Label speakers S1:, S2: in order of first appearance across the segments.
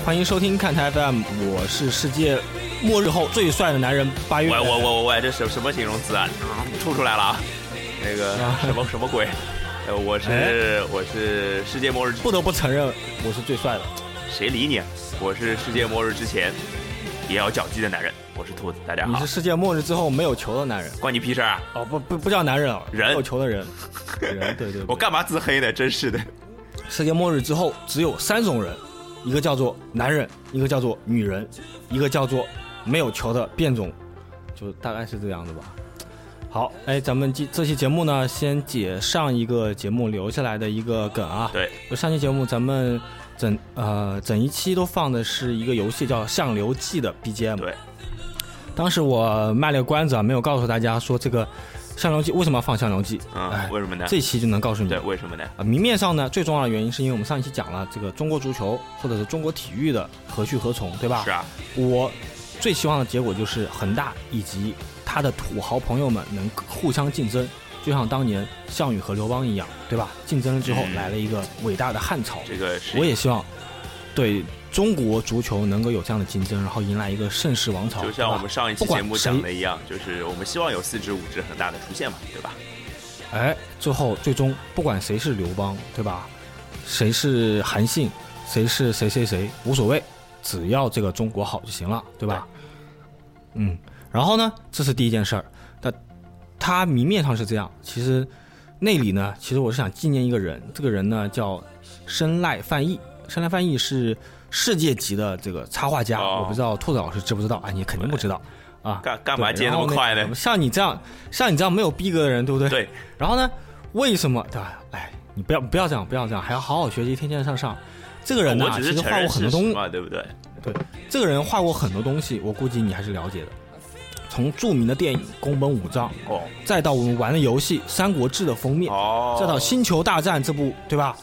S1: 欢迎收听看台 FM， 我是世界末日后最帅的男人8月。
S2: 喂，这什么形容词啊？出来了啊！那个什么鬼？我是世界末日，
S1: 不得不承认我是最帅的。
S2: 谁理你？我是世界末日之前也要脚技的男人，我是兔子，大家好。
S1: 你是世界末日之后没有球的男人，
S2: 关你屁事啊！
S1: 哦，不叫男人啊，
S2: 人
S1: 没有球的人，人对。
S2: 我干嘛自黑呢？真是的。
S1: 世界末日之后只有3种人，一个叫做男人，一个叫做女人，一个叫做没有球的变种，就大概是这样的吧。好，咱们这期节目呢，先解上一个节目留下来的一个梗啊。
S2: 对，
S1: 就上期节目咱们整一期都放的是一个游戏叫《相流记》的 BGM。
S2: 对，
S1: 当时我卖了个关子啊，没有告诉大家说这个相流记为什么要放相流记。
S2: 为什么呢？
S1: 这期就能告诉你。
S2: 对，为什么呢？
S1: 明面上呢，最重要的原因是因为我们上一期讲了这个中国足球或者是中国体育的何去何从，对吧？
S2: 是啊。
S1: 我最希望的结果就是恒大以及他的土豪朋友们能互相竞争，就像当年项羽和刘邦一样，对吧？竞争了之后来了一个伟大的汉朝。
S2: 这个是。
S1: 我也希望对中国足球能够有这样的竞争，然后迎来一个盛世王朝。
S2: 就像我们上一期节目讲的一样，就是我们希望有4支5支恒大的出现嘛，对吧？
S1: 最终不管谁是刘邦，对吧？谁是韩信，谁是谁无所谓，只要这个中国好就行了，对吧？对。然后呢，这是第一件事儿。他明面上是这样，其实内里呢，其实我是想纪念一个人，这个人呢叫生赖范毅。生赖范毅是世界级的这个插画家，我不知道兔子老师知不知道啊？你肯定不知道啊！
S2: 干嘛接那么快呢？
S1: 像你这样没有逼格的人，对不对？
S2: 对。
S1: 然后呢，为什么对吧？你不要这样，还要好好学习，天天上。这个人呢，其实画过很多东西，
S2: 对不对？
S1: 对，这个人画过很多东西，我估计你还是了解的。从著名的电影《宫本武藏》再到我们玩的游戏《三国志》的封面，再到《星球大战》这部，对吧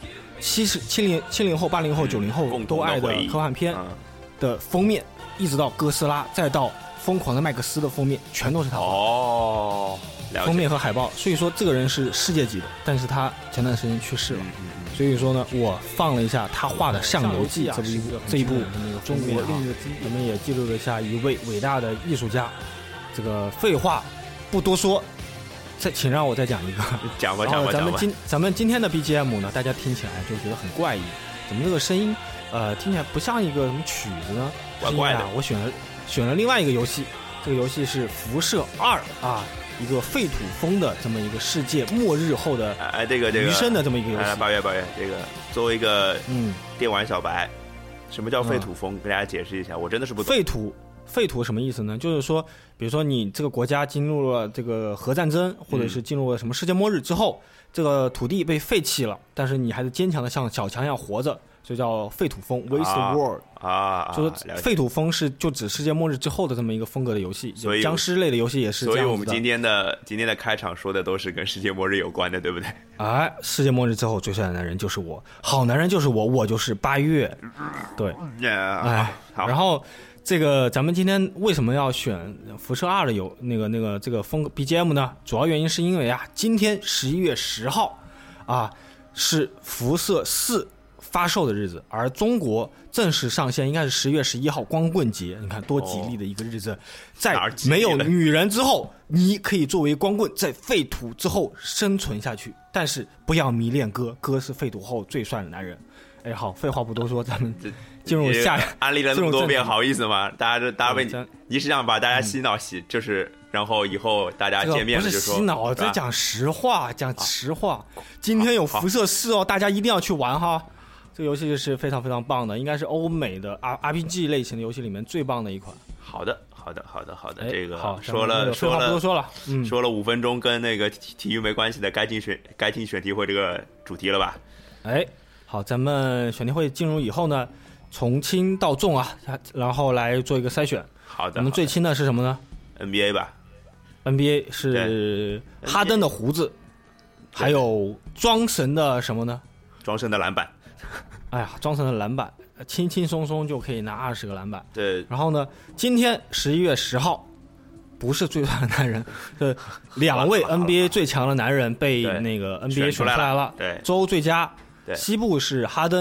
S1: ？70后、80后、90后都爱的科幻片的封面，一直到哥斯拉，再到疯狂的麦克斯的封面，全都是他画的。封面和海报，所以说这个人是世界级的，但是他前段时间去世了。所以说呢，我放了一下他画的《相流记》这一部中国我们也记录了一下一位伟大的艺术家。这个废话不多说，请让我再讲一个。
S2: 讲吧。
S1: 咱们今天的 BGM 呢，大家听起来就觉得很怪异，怎么这个声音听起来不像一个什么曲子呢？
S2: 怪的。
S1: 我选了另外一个游戏，这个游戏是《辐射2》啊，一个废土风的这么一个世界末日后的
S2: 这个
S1: 余生的这么一个游戏。
S2: 8月，这个作为一个电玩小白，什么叫废土风？给大家解释一下，我真的是不懂。
S1: 废土什么意思呢？就是说，比如说你这个国家进入了这个核战争，或者是进入了什么世界末日之后，这个土地被废弃了，但是你还是坚强的像小强一样活着，就叫废土风 Waste World 就是废土风是就指世界末日之后的这么一个风格的游戏，
S2: 所以
S1: 僵尸类的游戏也是这样子的。
S2: 所以我们今天的开场说的都是跟世界末日有关的，对不对？
S1: 世界末日之后最帅的男人就是我，好男人就是我就是8月。对，
S2: 好，
S1: 然后。这个咱们今天为什么要选辐射2的那个这个风格 BGM 呢？主要原因是因为今天11月10号是辐射4发售的日子，而中国正式上线应该是10月11号光棍节。你看多吉利的一个日子，在没有女人之后，你可以作为光棍在废土之后生存下去，但是不要迷恋哥是废土后最帅的男人。好，废话不多说，咱们进入下
S2: 安利了那么多遍，好意思吗？大家被你是想把大家洗脑就是然后以后大家见面了就说、
S1: 不是洗脑，这讲实话，今天有辐射4大家一定要去玩哈。这个游戏是非常非常棒的，应该是欧美的 RPG 类型的游戏里面最棒的一款。
S2: 好的，这个
S1: 好
S2: 说了
S1: 不多说了，
S2: 说了5分钟跟那个体育没关系的该进选题会这个主题了吧？
S1: 好，咱们选题会进入以后呢，从轻到重然后来做一个筛选。
S2: 好的。
S1: 咱们最轻的是什么呢
S2: ？NBA 吧。
S1: NBA 是哈登的胡子，还有庄神的什么呢？
S2: 庄神的篮板。
S1: 庄神的篮板，轻轻松松就可以拿20个篮板。
S2: 对。
S1: 然后呢，今天11月10号，不是最帅的男人，是2位 NBA 最强的男人被那个 NBA 选出来了。
S2: 对。
S1: 周最佳。西部是哈登，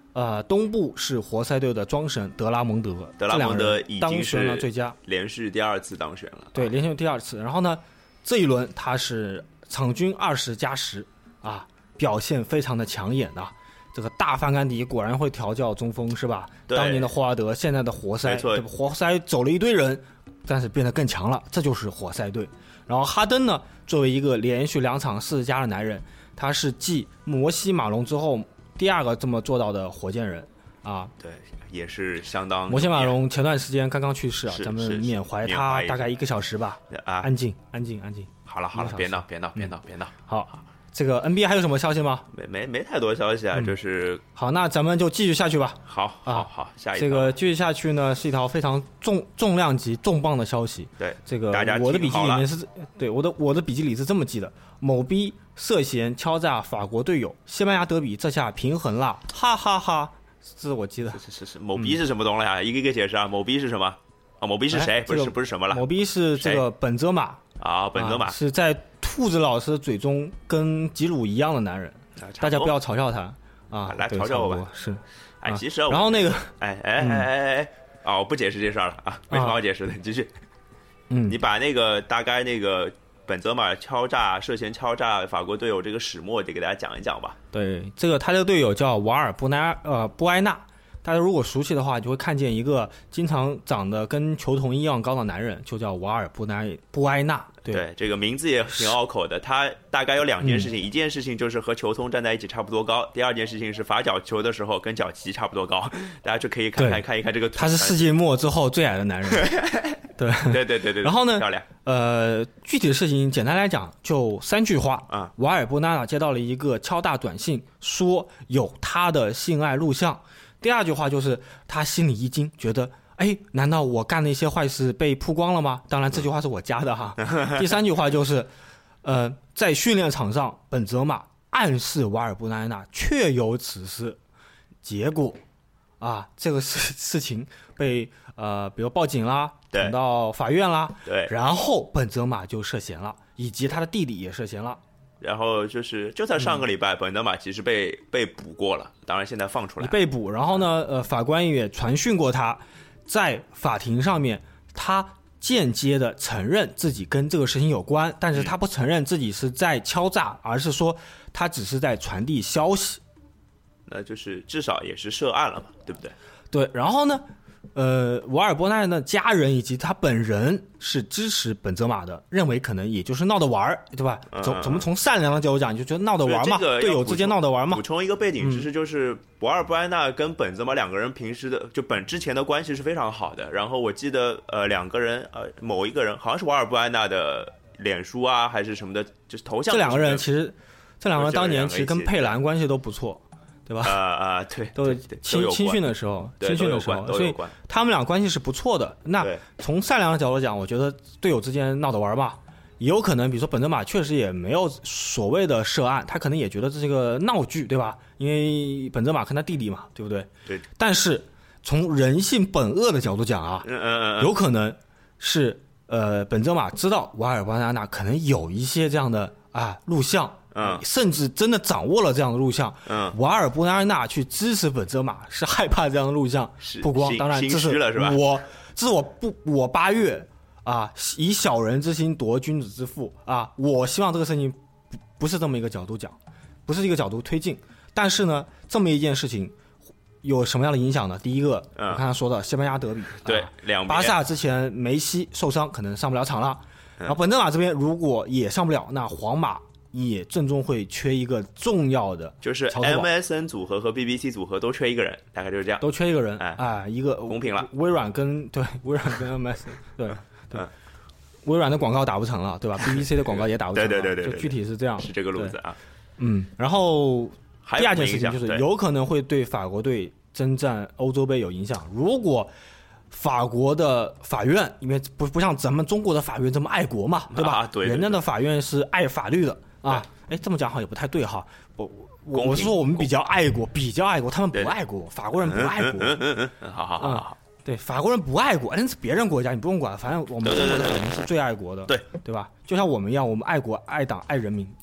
S1: 东部是活塞队的庄神德拉蒙德
S2: 已经是
S1: 当选了最佳，
S2: 连续第2次当选了。
S1: 对，连续第2次。然后呢，这一轮他是场均20+10啊，表现非常的抢眼的。这个大范甘迪果然会调教中锋是吧？当年的霍华德，现在的活塞，对吧？活塞走了一堆人，但是变得更强了，这就是活塞队。然后哈登呢，作为一个连续2场40加的男人，他是继摩西马龙之后第2个这么做到的火箭人啊。
S2: 对，也是相当。
S1: 摩西马龙前段时间刚刚去世啊，咱们缅怀他大概1个小时吧。啊，安静。
S2: 好了，别闹。
S1: 好。这个 NBA 还有什么消息吗？
S2: 没太多消息啊，就是
S1: 好，那咱们就继续下去吧。
S2: 好，下一条。
S1: 这个继续下去呢，是一条非常重量级、重磅的消息。
S2: 对，
S1: 这个我的笔记里面是，对我的笔记里是这么记的：某逼涉嫌敲诈法国队友，西班牙德比这下平衡了，哈哈哈！这是我记得。
S2: 是，某逼是什么东西啊？一个一个解释啊。某逼是什么？某逼是谁？不是什么了。
S1: 某逼是这个本泽马
S2: 啊，本泽马
S1: 是在兔子老师嘴中跟吉鲁一样的男人，大家不要嘲笑他啊！
S2: 来嘲笑我吧。
S1: 是，
S2: 其实
S1: 然后那个，
S2: 我不解释这事儿了啊，没什么好解释的，你继续。你把那个大概那个本泽马涉嫌敲诈法国队友这个始末得给大家讲一讲吧。
S1: 对，这个他的队友叫瓦尔布埃纳。大家如果熟悉的话，就会看见一个经常长得跟球童一样高的男人，就叫瓦尔布埃纳。
S2: 对，这个名字也挺拗口的。他大概有2件事情，一件事情就是和球童站在一起差不多高，第2件事情是罚角球的时候跟脚旗差不多高。大家就可以看一看这个图。
S1: 他是世界末之后最矮的男人。
S2: 对。
S1: 然后呢，
S2: 漂亮。
S1: 具体的事情简单来讲就3句话啊。瓦尔布埃纳接到了一个敲诈短信，说有他的性爱录像。第2句话就是他心里一惊，觉得难道我干那些坏事被曝光了吗？当然这句话是我加的哈。第3句话就是在训练场上本泽马暗示瓦尔布埃纳确有此事，结果这个事情被比如报警啦，等到法院啦，
S2: 对，
S1: 然后本泽马就涉嫌了，以及他的弟弟也涉嫌了。
S2: 然后就在上个礼拜，本泽马其实被捕过了，当然现在放出来
S1: 被捕。然后呢，法官也传讯过他，在法庭上面，他间接的承认自己跟这个事情有关，但是他不承认自己是在敲诈，而是说他只是在传递消息。
S2: 那就是至少也是涉案了嘛，对不对？
S1: 对。然后呢，瓦尔波奈的家人以及他本人是支持本泽马的，认为可能也就是闹着玩，对吧？怎么从善良的角度讲，你就觉得闹着玩嘛，队友之间闹着玩嘛。
S2: 补充一个背景知识，就是瓦尔布埃纳跟本泽马2个人平时的之前的关系是非常好的。然后我记得2个人某一个人好像是瓦尔布埃纳的脸书啊还是什么的，就是头像。这2个人
S1: 当年其实跟佩兰关系都不错。对吧？
S2: 对，
S1: 都是青训的时候，所以他们俩关系是不错的。那从善良的角度讲，我觉得队友之间闹着玩吧，也有可能，比如说本泽马确实也没有所谓的涉案，他可能也觉得这是个闹剧，对吧？因为本泽马跟他弟弟嘛，对不对？
S2: 对。
S1: 但是从人性本恶的角度讲啊，有可能是本泽马知道瓦尔布埃纳可能有一些这样的录像。甚至真的掌握了这样的录像。瓦尔布埃纳去支持本泽马是害怕这样的录像曝光。当然，这是我8月以小人之心夺君子之腹我希望这个事情不是这么一个角度讲，不是一个角度推进。但是呢，这么一件事情有什么样的影响呢？第一个，我刚才说的西班牙德比，
S2: 对，
S1: 巴萨之前梅西受伤，可能上不了场了。然后本泽马这边如果也上不了，那皇马也正中会缺一个重要的，
S2: 就是 MSN 组合和 BBC 组合都缺一个人，大概就是这样，
S1: 都缺一个人。一个
S2: 公平了。
S1: 微软跟 MSN 对，微软的广告打不成了，对吧？ BBC 的广告也打不成了。对，就具体是这样，
S2: 是这个路子啊。
S1: 然后第2件事情就是有可能会对法国队征战欧洲杯有影响。如果法国的法院，因为不像咱们中国的法院这么爱国嘛，对吧？
S2: 对，
S1: 人家的法院是爱法律的这么讲好像也不太对哈。我是说我们比较爱国，他们不爱国，法国人不爱国。
S2: 好。
S1: 对，法国人不爱国，那是别人国家，你不用管，反正我们中国的肯定是最爱国的，对吧？就像我们一样，我们爱国、爱党、爱人民。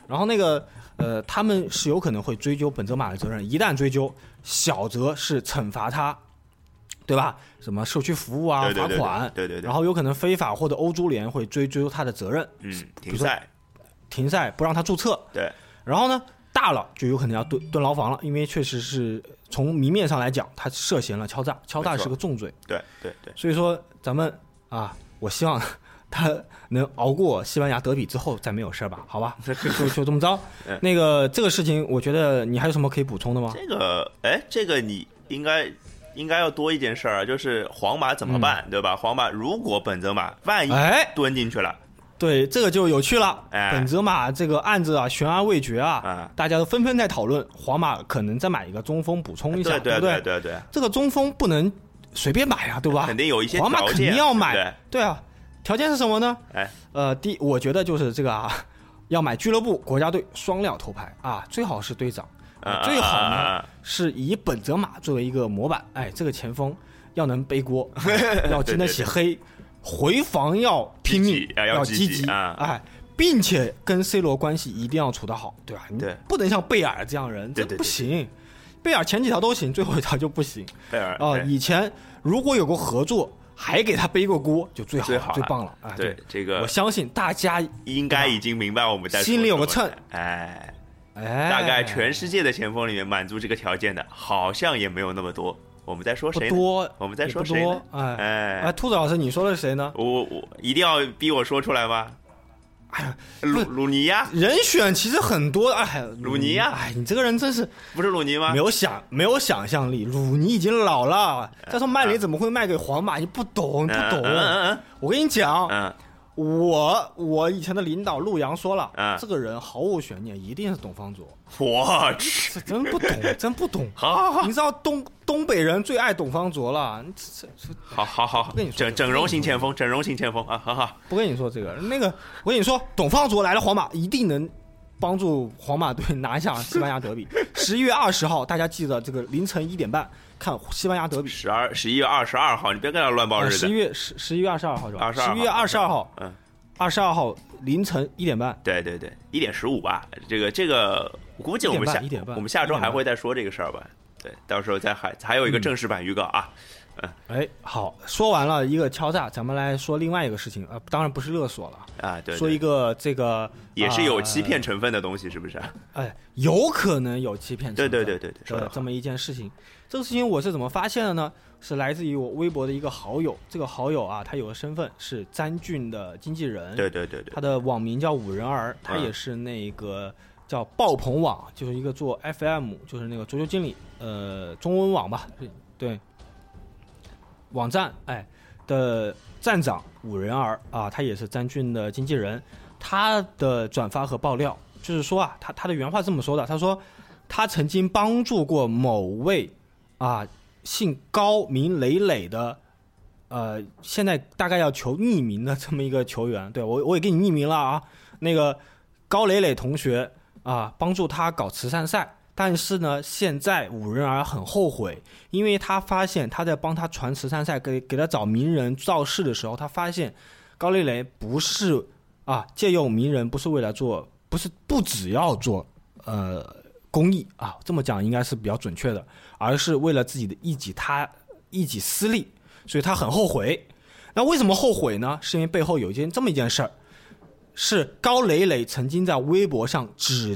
S1: 然后那个他们是有可能会追究本泽马的责任，一旦追究，小则是惩罚他，对吧？什么社区服务啊、罚款，
S2: 对，
S1: 然后有可能非法或者欧足联会追究他的责任，停赛不让他注册，
S2: 对，
S1: 然后呢，大了就有可能要蹲牢房了，因为确实是从明面上来讲，他涉嫌了敲诈是个重罪，
S2: 对，
S1: 所以说咱们啊，我希望他能熬过西班牙德比之后再没有事吧，好吧？就这么着。那个这个事情，我觉得你还有什么可以补充的吗？
S2: 这个你应该要多一件事儿啊，就是皇马怎么办，对吧？皇马如果本泽马万一蹲进去了，
S1: 对，这个就有趣了。本泽马这个案子啊，悬而未决啊，大家都纷纷在讨论，皇马可能再买一个中锋补充一下，对不对？
S2: 对，
S1: 这个中锋不能随便买啊，对吧？
S2: 肯定有一些条件，
S1: 皇马肯定要买，对啊。条件是什么呢？第一，我觉得就是这个啊，要买俱乐部、国家队双料头牌啊，最好是队长，最好呢是以本泽马作为一个模板，这个前锋要能背锅，要经得起黑，回防要拼命，要积极，并且跟 C 罗关系一定要处得好，对吧？你不能像贝尔这样人，这不行。贝尔前几条都行，最后一条就不行。
S2: 贝尔
S1: 以前如果有过合作，还给他背过锅，就最好最棒了。
S2: 对，这个
S1: 我相信大家
S2: 应该已经明白我们在
S1: 心里有个秤。
S2: 大概全世界的前锋里面满足这个条件的，好像也没有那么多。我们在说谁呢？我们在说谁呢？
S1: 兔子老师，你说的是谁呢？
S2: 我一定要逼我说出来吗？鲁尼呀，
S1: 人选其实很多，
S2: 鲁尼呀，
S1: 你这个人真是
S2: 不是鲁尼吗？
S1: 没有想象力，鲁尼已经老了。再说曼联怎么会卖给皇马？你不懂。我跟你讲，我以前的领导陆阳说了，这个人毫无悬念，一定是董方卓。
S2: 我去，
S1: 这真不懂。
S2: 好，
S1: 你知道东北人最爱董方卓了。
S2: 好，
S1: 不跟你说，
S2: 整容型前锋啊，好。
S1: 不跟你说这个，我跟你说，董方卓来了皇马，一定能帮助皇马队拿下西班牙德比。11月20号，大家记得这个凌晨1点半看西班牙德比。
S2: 11月22号，你别跟他乱报日子。
S1: 11月22号是吧
S2: ？11
S1: 月22号，22号凌晨1点半。
S2: 对，1点15吧。这个，我估计我们下周还会再说这个事儿吧。对，到时候还有一个正式版预告啊。
S1: 好，说完了一个敲诈，咱们来说另外一个事情当然不是勒索了
S2: 啊，对，
S1: 说一个这个
S2: 也是有欺骗成分的东西，是不是？
S1: 有可能有欺骗成分，
S2: 对，说
S1: 这么一件事情。这个事情我是怎么发现的呢？是来自于我微博的一个好友，这个好友啊，他有个身份是詹俊的经纪人，
S2: 对，
S1: 他的网名叫五人儿，他也是那个叫爆棚网，就是一个做 FM， 就是那个足球经理，中文网吧，对。网站的站长五人儿啊，他也是詹俊的经纪人。他的转发和爆料就是说啊，他的原话这么说的，他说他曾经帮助过某位姓高名磊磊的现在大概要求匿名的这么一个球员，对，我也给你匿名了啊。那个高磊磊同学帮助他搞慈善赛。但是呢，现在五人儿很后悔，因为他发现他在帮他传慈善赛，给他找名人造势的时候，他发现高磊磊不是借用名人，不是为了做，不只要做公益这么讲应该是比较准确的，而是为了自己的一己私利，所以他很后悔。那为什么后悔呢？是因为背后有这么一件事儿，是高磊磊曾经在微博上指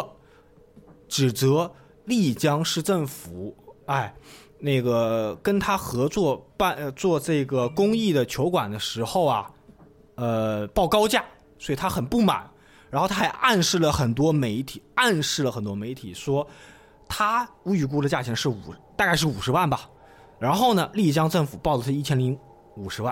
S1: 责丽江市政府，那个跟他合作做这个公益的球馆的时候报高价，所以他很不满。然后他还暗示了很多媒体说他预估的价钱是大概是50万吧。然后呢，丽江政府报的是1050万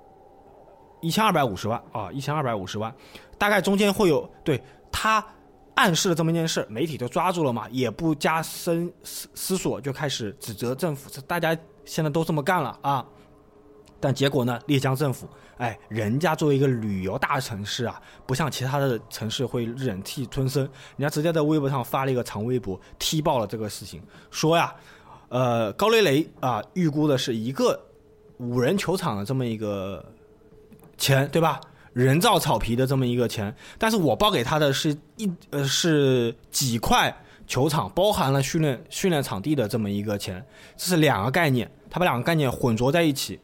S1: ，1250万1250万，大概中间会有对他。暗示了这么一件事，媒体就抓住了嘛，也不加深思索就开始指责政府，大家现在都这么干了但结果呢，丽江政府人家作为一个旅游大城市不像其他的城市会忍气吞声，人家直接在微博上发了一个长微博踢爆了这个事情，说高磊磊预估的是一个5人球场的这么一个钱，对吧？ 人造草皮的这么一个钱，但是我报给他的是是几块球场，包含了训练场地的这么一个钱，这是两个概念，他把两个概念混浊在一起。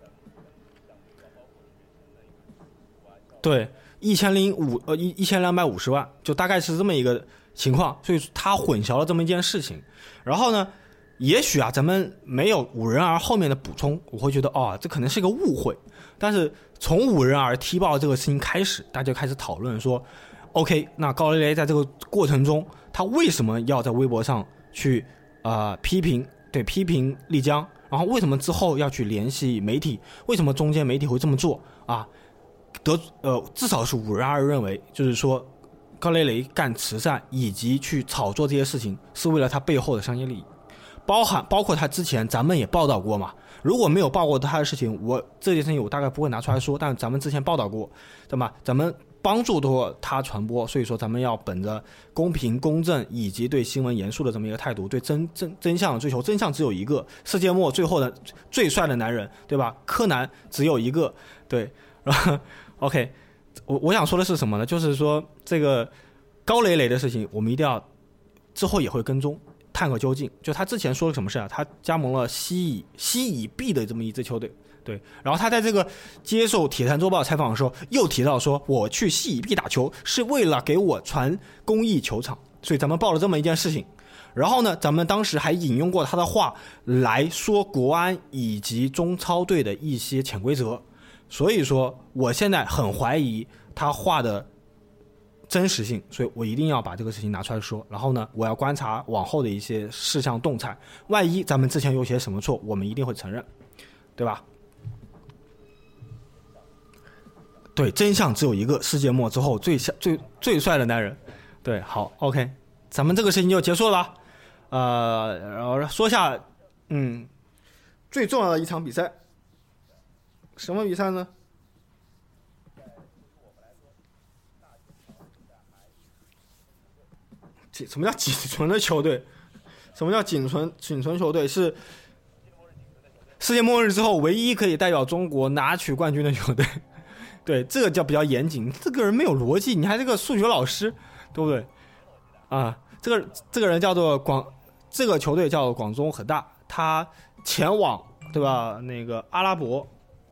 S1: 对，1250万，就大概是这么一个情况，所以他混淆了这么一件事情。然后呢，也许啊，咱们没有五人儿后面的补充，我会觉得哦，这可能是一个误会。但是从五人儿踢爆这个事情开始，大家就开始讨论说 ，OK， 那高雷雷在这个过程中，他为什么要在微博上去批评丽江？然后为什么之后要去联系媒体？为什么中间媒体会这么做啊？至少是五人儿认为，就是说高雷雷干慈善以及去炒作这些事情，是为了他背后的商业利益，包括他之前咱们也报道过嘛。如果没有报过他的事情，这件事情我大概不会拿出来说，但咱们之前报道过，对吧？咱们帮助过他传播，所以说咱们要本着公平公正以及对新闻严肃的这么一个态度，对真相的追求。真相只有一个，世界末最后的最帅的男人，对吧？柯南只有一个，对。然后 OK， 我想说的是什么呢？就是说这个高雷雷的事情，我们一定要之后也会跟踪探个究竟。就他之前说了什么事啊？他加盟了西乙 B 的这么一支球队，对。然后他在这个接受铁坛周报采访的时候，又提到说，我去西乙 B 打球是为了给我传公益球场，所以咱们报了这么一件事情。然后呢，咱们当时还引用过他的话来说国安以及中超队的一些潜规则。所以说我现在很怀疑他话的真实性，所以我一定要把这个事情拿出来说。然后呢，我要观察往后的一些事项动态，万一咱们之前有些什么错，我们一定会承认，对吧？对，真相只有一个，世界末之后最帅的男人。对，好 OK， 咱们这个事情就结束了吧。然后说下最重要的一场比赛。什么比赛呢？什么叫仅存的球队？什么叫仅存球队？是世界末日之后唯一可以代表中国拿取冠军的球队。对，这个叫比较严谨。这个人没有逻辑，你还是个数学老师，对不对？啊，这个人叫做这个球队叫做广州恒大，他前往对吧？那个阿拉伯。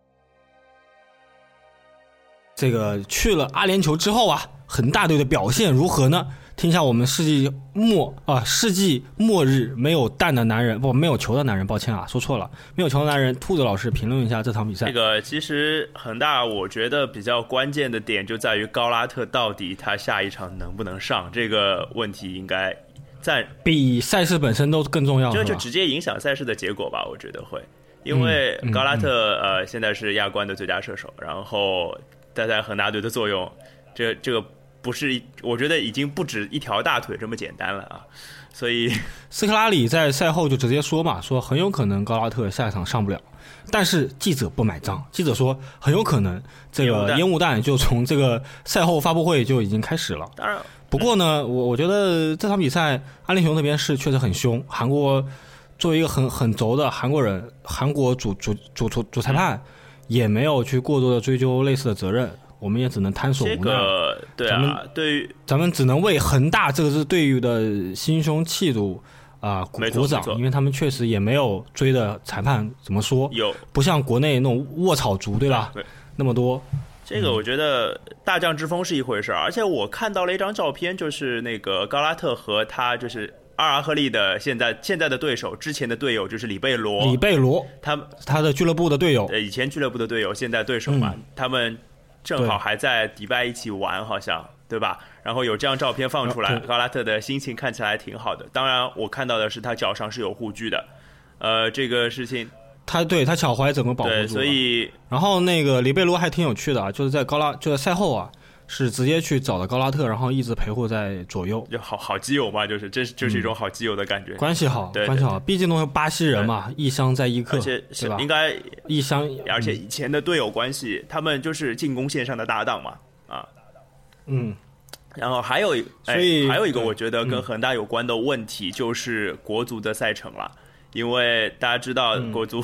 S1: 这个去了阿联酋之后啊，恒大队的表现如何呢？听一下我们世纪末日没有蛋的男人，没有球的男人，抱歉啊，说错了，没有球的男人，兔子老师评论一下这场比赛。
S2: 这个其实恒大，我觉得比较关键的点就在于高拉特到底他下一场能不能上，这个问题应该
S1: 比赛事本身都更重要，
S2: 就直接影响赛事的结果吧，我觉得会，因为高拉特现在是亚冠的最佳射手，然后他在恒大队的作用，这个不是，我觉得已经不止一条大腿这么简单了啊！所以
S1: 斯科拉里在赛后就直接说嘛，说很有可能高拉特下一场上不了，但是记者不买账，记者说很有可能这个烟雾弹就从这个赛后发布会就已经开始了。
S2: 当然，
S1: 不过呢，我觉得这场比赛阿联酋那边是确实很凶，韩国作为一个很轴的韩国人，韩国主裁判也没有去过多的追究类似的责任。我们也只能摊手无奈。
S2: 这个对啊，
S1: 咱们只能为恒大这个支队伍的心胸气度鼓掌，因为他们确实也没有追的裁判怎么说，不像国内那种卧草族，对吧？
S2: 对，
S1: 那么多。
S2: 这个我觉得大将之风是一回事，而且我看到了一张照片，就是那个高拉特和他就是阿尔赫利的现在的对手，之前的队友就是里贝罗，他的俱乐部的队友，以前俱乐部的队友，现在对手嘛，他们正好还在迪拜一起玩，好像对吧？然后有这张照片放出来，高拉特的心情看起来挺好的。当然，我看到的是他脚上是有护具的，这个事情，他
S1: 脚踝整个保护住了。
S2: 所以，
S1: 然后那个里贝罗还挺有趣的啊，就是在赛后啊，是直接去找了高拉特，然后一直陪护在左右，
S2: 就好基友嘛，就是一种好基友的感觉，
S1: 关系好，关系好。毕竟都是巴西人嘛，异乡在异客，
S2: 而且
S1: 对吧？
S2: 应该
S1: 异乡，
S2: 而且以前的队友关系，他们就是进攻线上的搭档嘛，啊，然后还有一个我觉得跟恒大有关的问题就是国足的赛程了，因为大家知道国足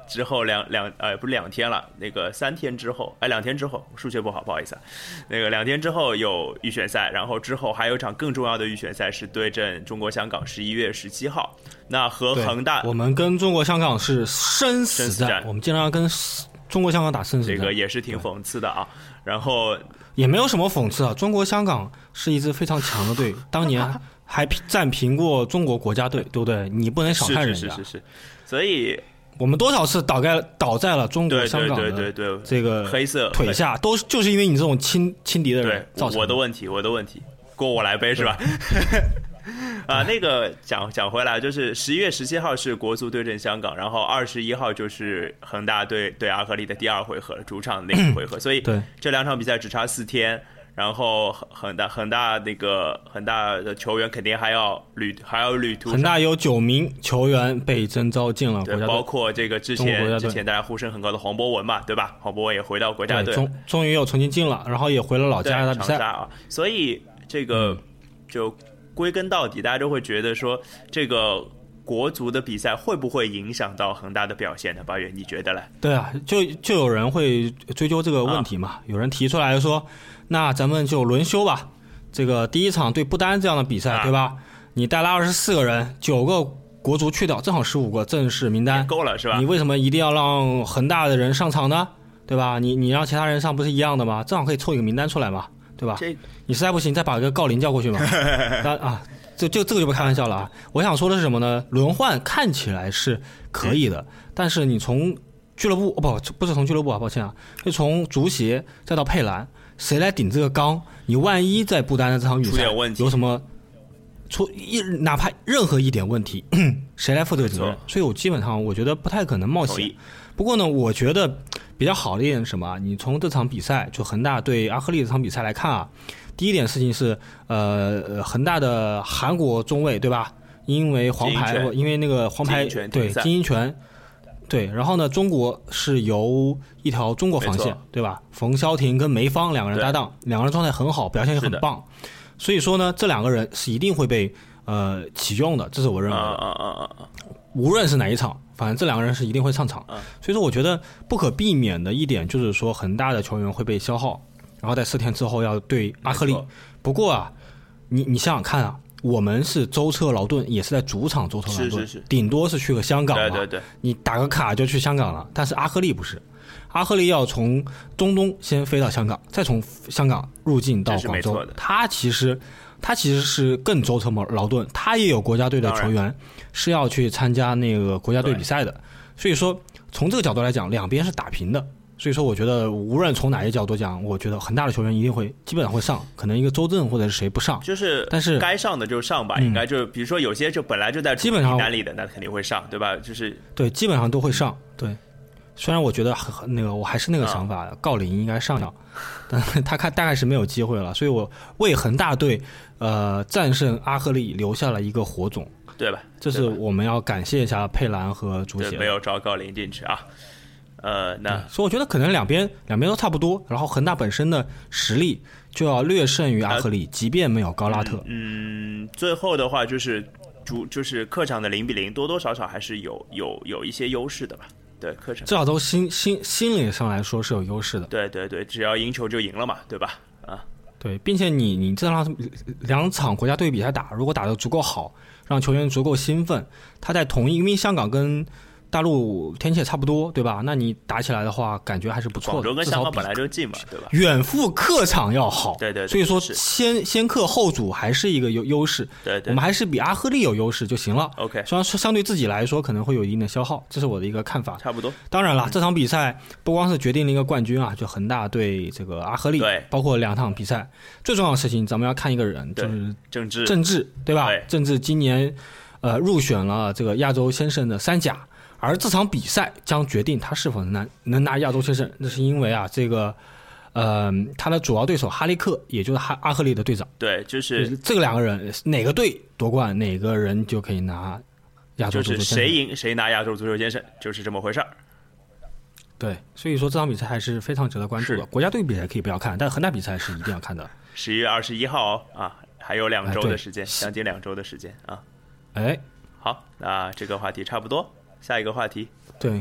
S2: 之后不是2天了，那个3天之后，2天之后，数学不好，不好意思啊，那个2天之后有预选赛，然后之后还有一场更重要的预选赛是对阵中国香港，11月17号，那和恒大，
S1: 我们跟中国香港是生死战，我们经常跟中国香港打生死战，
S2: 这个也是挺讽刺的啊。然后
S1: 也没有什么讽刺啊，中国香港是一支非常强的队，当年还战平过中国国家队，对不对？你不能小看人家。
S2: 是，所以
S1: 我们多少次倒在了中国香港的这个
S2: 黑色
S1: 腿下，都就是因为你这种轻敌的人造成的。
S2: 我的问题，锅我来背是吧？那个讲回来，就是11月17号是国足对阵香港，然后21号就是恒大对阿赫利的第2回合了，主场的那个回合，所以这2场比赛只差4天。然后恒大的球员肯定还要旅途。
S1: 恒大有9名球员被征召进了国家队，
S2: 包括这个之前大家呼声很高的黄博文嘛，对吧？黄博文也回到国家队，
S1: 终于又重新进了，然后也回了老家打比赛
S2: 啊。所以这个就归根到底，大家都会觉得说，这个国足的比赛会不会影响到恒大的表现呢？八月，你觉得嘞？
S1: 对啊，就有人会追究这个问题嘛，有人提出来说，那咱们就轮休吧。这个第一场对不丹这样的比赛，对吧？你带了24个人，9个国足去掉，正好15个正式名单，
S2: 够了是吧？
S1: 你为什么一定要让恒大的人上场呢？对吧？你让其他人上不是一样的吗？正好可以凑一个名单出来嘛，对吧？你实在不行再把个郜林叫过去嘛。这个就不开玩笑了啊！我想说的是什么呢？轮换看起来是可以的，但是你从俱乐部不是从俱乐部啊，抱歉啊，就从足协再到佩兰，谁来顶这个缸？你万一在不丹的这场比赛有什么哪怕任何一点问题，谁来负这个责任？所以我基本上我觉得不太可能冒险。不过呢，我觉得比较好的一点是什么？你从这场比赛就恒大对阿赫利这场比赛来看啊。第一点事情是，恒大的韩国中卫对吧？因为黄牌，因为那个黄牌，对金英权，对。然后呢，中国是由一条中国防线对吧？冯潇霆跟梅芳2个人搭档，2个人状态很好，表现也很棒。所以说呢，这2个人是一定会被启用的，这是我认为的。无论是哪一场，反正这2个人是一定会上场。所以说，我觉得不可避免的一点就是说，恒大的球员会被消耗。然后在4天之后要对阿赫利，不过啊，你想想看啊，我们是舟车劳顿，也是在主场舟车劳顿，顶多是去个香港嘛，
S2: 对，
S1: 你打个卡就去香港了。但是阿赫利不是，阿赫利要从中东先飞到香港，再从香港入境到广州，他其实是更舟车劳顿，他也有国家队的球员是要去参加那个国家队比赛的，所以说从这个角度来讲，两边是打平的。所以说我觉得无论从哪一角度讲，我觉得恒大的球员一定会基本上会上，可能一个周正或者是谁不上，但是
S2: 该上的就上吧，应该就比如说有些就本来就在
S1: 基本上
S2: 单里的，那肯定会上，对吧？就是
S1: 对，基本上都会上。对，虽然我觉得那个我还是那个想法，郜林应该上，但他大概是没有机会了，所以我为恒大队战胜阿赫利留下了一个火种，
S2: 对吧？
S1: 这是我们要感谢一下佩兰和足协，
S2: 没有招郜林进去啊。
S1: 所以我觉得可能两边都差不多，然后恒大本身的实力就要略胜于阿赫利，即便没有高拉特。
S2: 最后的话就是客场的0-0，多多少少还是有一些优势的吧。对，客场
S1: 至少都心理上来说是有优势的。
S2: 对，只要赢球就赢了嘛，对吧？
S1: 对，并且你这2场国家队比赛打，如果打得足够好，让球员足够兴奋，他在因为香港跟大陆天气也差不多，对吧？那你打起来的话，感觉还是不错的。
S2: 广州跟香港本来就近嘛，对吧？
S1: 远赴客场要好，
S2: 对，
S1: 所以说先客后主还是一个优势。
S2: 对，
S1: 我们还是比阿赫利有优势就行了。
S2: OK，
S1: 虽然说相对自己来说可能会有一定的消耗，这是我的一个看法。
S2: 差不多。
S1: 当然了，这场比赛不光是决定了一个冠军啊，就恒大对这个阿赫利，
S2: 对，
S1: 包括2场比赛，最重要的事情咱们要看一个人，就是郑智，对吧？郑智今年入选了这个亚洲先生的3甲。而这场比赛将决定他是否能拿亚洲先生，那是因为啊，这个他的主要对手哈利克，也就是阿赫利的队长，
S2: 对，就是
S1: 这个2个人，哪个队夺冠，哪个人就可以拿亚洲足球先生，
S2: 就是谁赢谁拿亚洲足球先生，就是这么回事儿。
S1: 对，所以说这场比赛还是非常值得关注的。国家队比赛可以不要看，但恒大比赛是一定要看的。
S2: 11月21号啊，还有2周的时间，将近2周的时间啊。
S1: 哎，
S2: 好，那这个话题差不多。下一个话题，
S1: 对，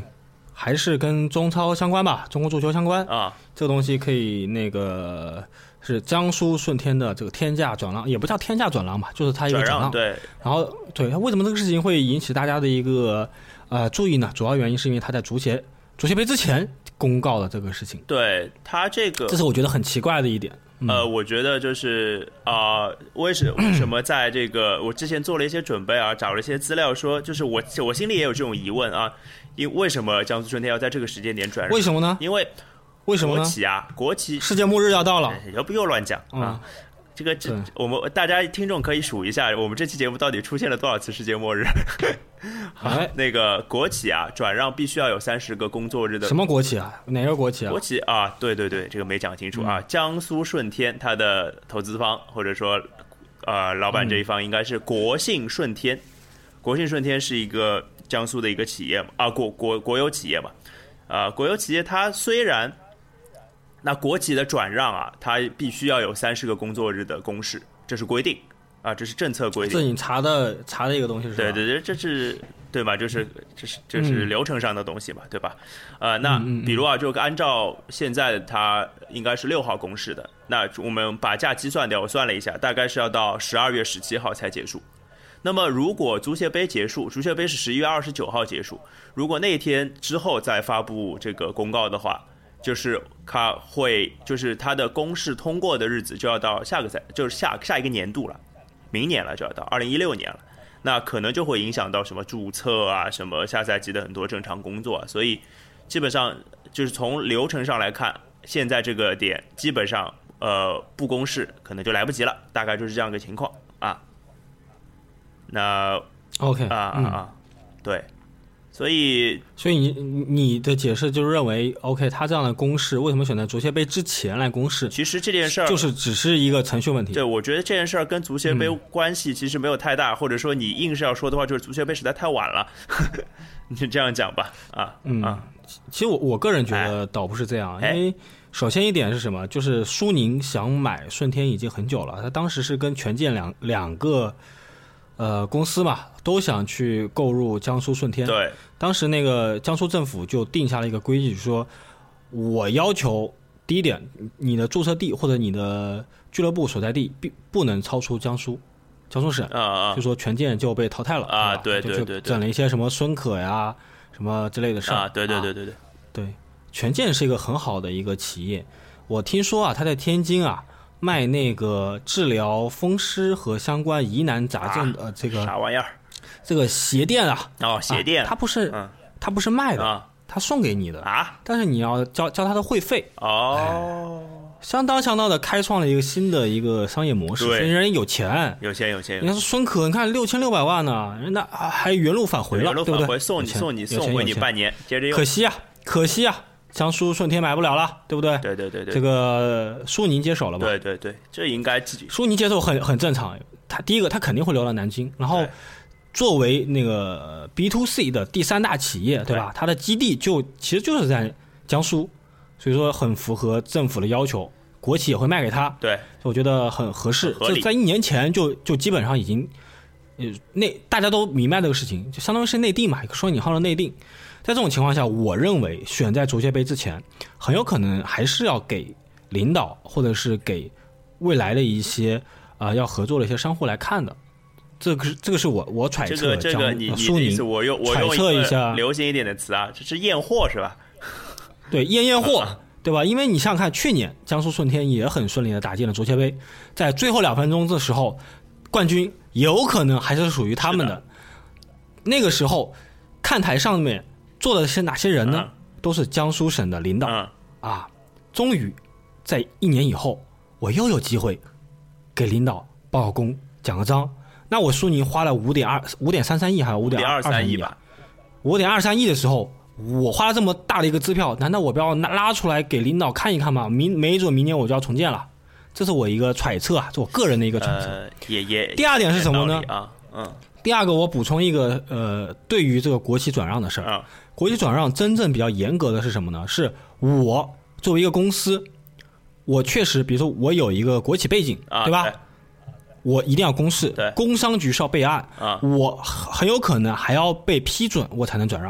S1: 还是跟中超相关吧，中国足球相关
S2: 啊。
S1: 这个东西可以那个是江苏舜天的这个天价转让，也不叫天价转让吧，就是它一个转让。
S2: 对。
S1: 然后对，为什么这个事情会引起大家的一个注意呢？主要原因是因为他在足协杯之前公告了这个事情。
S2: 对，他这
S1: 是我觉得很奇怪的一点。
S2: 我觉得就是为什么在这个我之前做了一些准备啊，找了一些资料说，就是我心里也有这种疑问啊，为什么江苏舜天要在这个时间点转让？
S1: 为什么呢？
S2: 因为
S1: 为什么呢？
S2: 国企
S1: 世界末日要到了，
S2: 又乱讲啊！我们大家听众可以数一下，我们这期节目到底出现了多少次世界末日？那个国企啊，转让必须要有30个工作日的。
S1: 什么国企啊？哪个国企啊？
S2: 国企啊，对，这个没讲清楚啊。江苏舜天它的投资方或者说老板这一方应该是国信舜天。国信舜天是一个江苏的一个企业嘛，国有企业嘛，国有企业它虽然。那国企的转让啊，它必须要有30个工作日的公示，这是规定啊，这是政策规定。
S1: 这你查的一个东西是吧？
S2: 对，这是对吧？这是流程上的东西嘛，对吧？那比如啊，就按照现在它应该是6号公示的，那我们把假期算掉，我算了一下，大概是要到12月17号才结束。那么如果足协杯结束，足协杯是11月29号结束，如果那天之后再发布这个公告的话。就是它的公示通过的日子就要到就是下一个年度了，明年了就要到2016年了，那可能就会影响到什么注册啊，什么下赛季的很多正常工作，所以基本上就是从流程上来看，现在这个点基本上不公示可能就来不及了，大概就是这样一个情况啊。那
S1: OK
S2: 对。所以
S1: 你的解释就是认为 OK 他这样的公示为什么选择足协杯之前来公示，
S2: 其实这件事儿
S1: 就是只是一个程序问题。
S2: 对，我觉得这件事儿跟足协杯关系其实没有太大，或者说你硬是要说的话，就是足协杯实在太晚了你就这样讲吧
S1: 其实我个人觉得倒不是这样，因为首先一点是什么，就是苏宁想买舜天已经很久了，他当时是跟权健两个公司嘛，都想去购入江苏舜天。
S2: 对，
S1: 当时那个江苏政府就定下了一个规矩，说我要求第一点，你的注册地或者你的俱乐部所在地不能超出江苏省就说权健就被淘汰了
S2: 对，
S1: 就整了一些什么孙可呀什么之类的事对，权健是一个很好的一个企业，我听说啊，他在天津啊。卖那个治疗风湿和相关疑难杂症的这个
S2: 啥玩意儿？
S1: 这个鞋垫
S2: 鞋垫，
S1: 它不是卖的他送给你的但是你要交他的会费相当的开创了一个新的一个商业模式，所以人有钱。你看孙可，你看6600万呢，人家还原路返回了，对不对？
S2: 送回你半年，接着用。
S1: 可惜啊。江苏舜天买不了了，对不对？
S2: 对，
S1: 这个苏宁接手了嘛？
S2: 对，这应该自己。
S1: 苏宁接手很正常，他第一个他肯定会留到南京，然后作为那个 B2C 的第3大企业，对吧？它的基地其实就是在江苏，所以说很符合政府的要求，国企也会卖给他。
S2: 对，
S1: 我觉得很合适。这在1年前就基本上已经，大家都明白这个事情，就相当于是内定嘛，一个双引号的内定。在这种情况下，我认为选在足协杯之前，很有可能还是要给领导或者是给未来的一些要合作的一些商户来看的。这个是我揣测。
S2: 这个你
S1: 苏宁
S2: 我用
S1: 一下
S2: 流行一点的词啊，这是验货是吧？
S1: 对，验货，对吧？因为你想想看，去年江苏舜天也很顺利的打进了足协杯，在最后2分钟的时候，冠军有可能还是属于他们的。那个时候看台上面坐的是哪些人呢？都是江苏省的领导终于在1年以后，我又有机会给领导报个功，奖个章。那我苏宁花了5.33亿还是5.23亿吧？5.23亿的时候，我花了这么大的一个支票，难道我不要拉出来给领导看一看吗？没准明年我就要重建了。这是我一个揣测这是我个人的一个揣测。第二点是什么呢？第二个我补充一个对于这个国企转让的事儿。国企转让真正比较严格的是什么呢？是我作为一个公司，我确实比如说我有一个国企背景对吧？我一定要公示，工商局是要备案我很有可能还要被批准我才能转让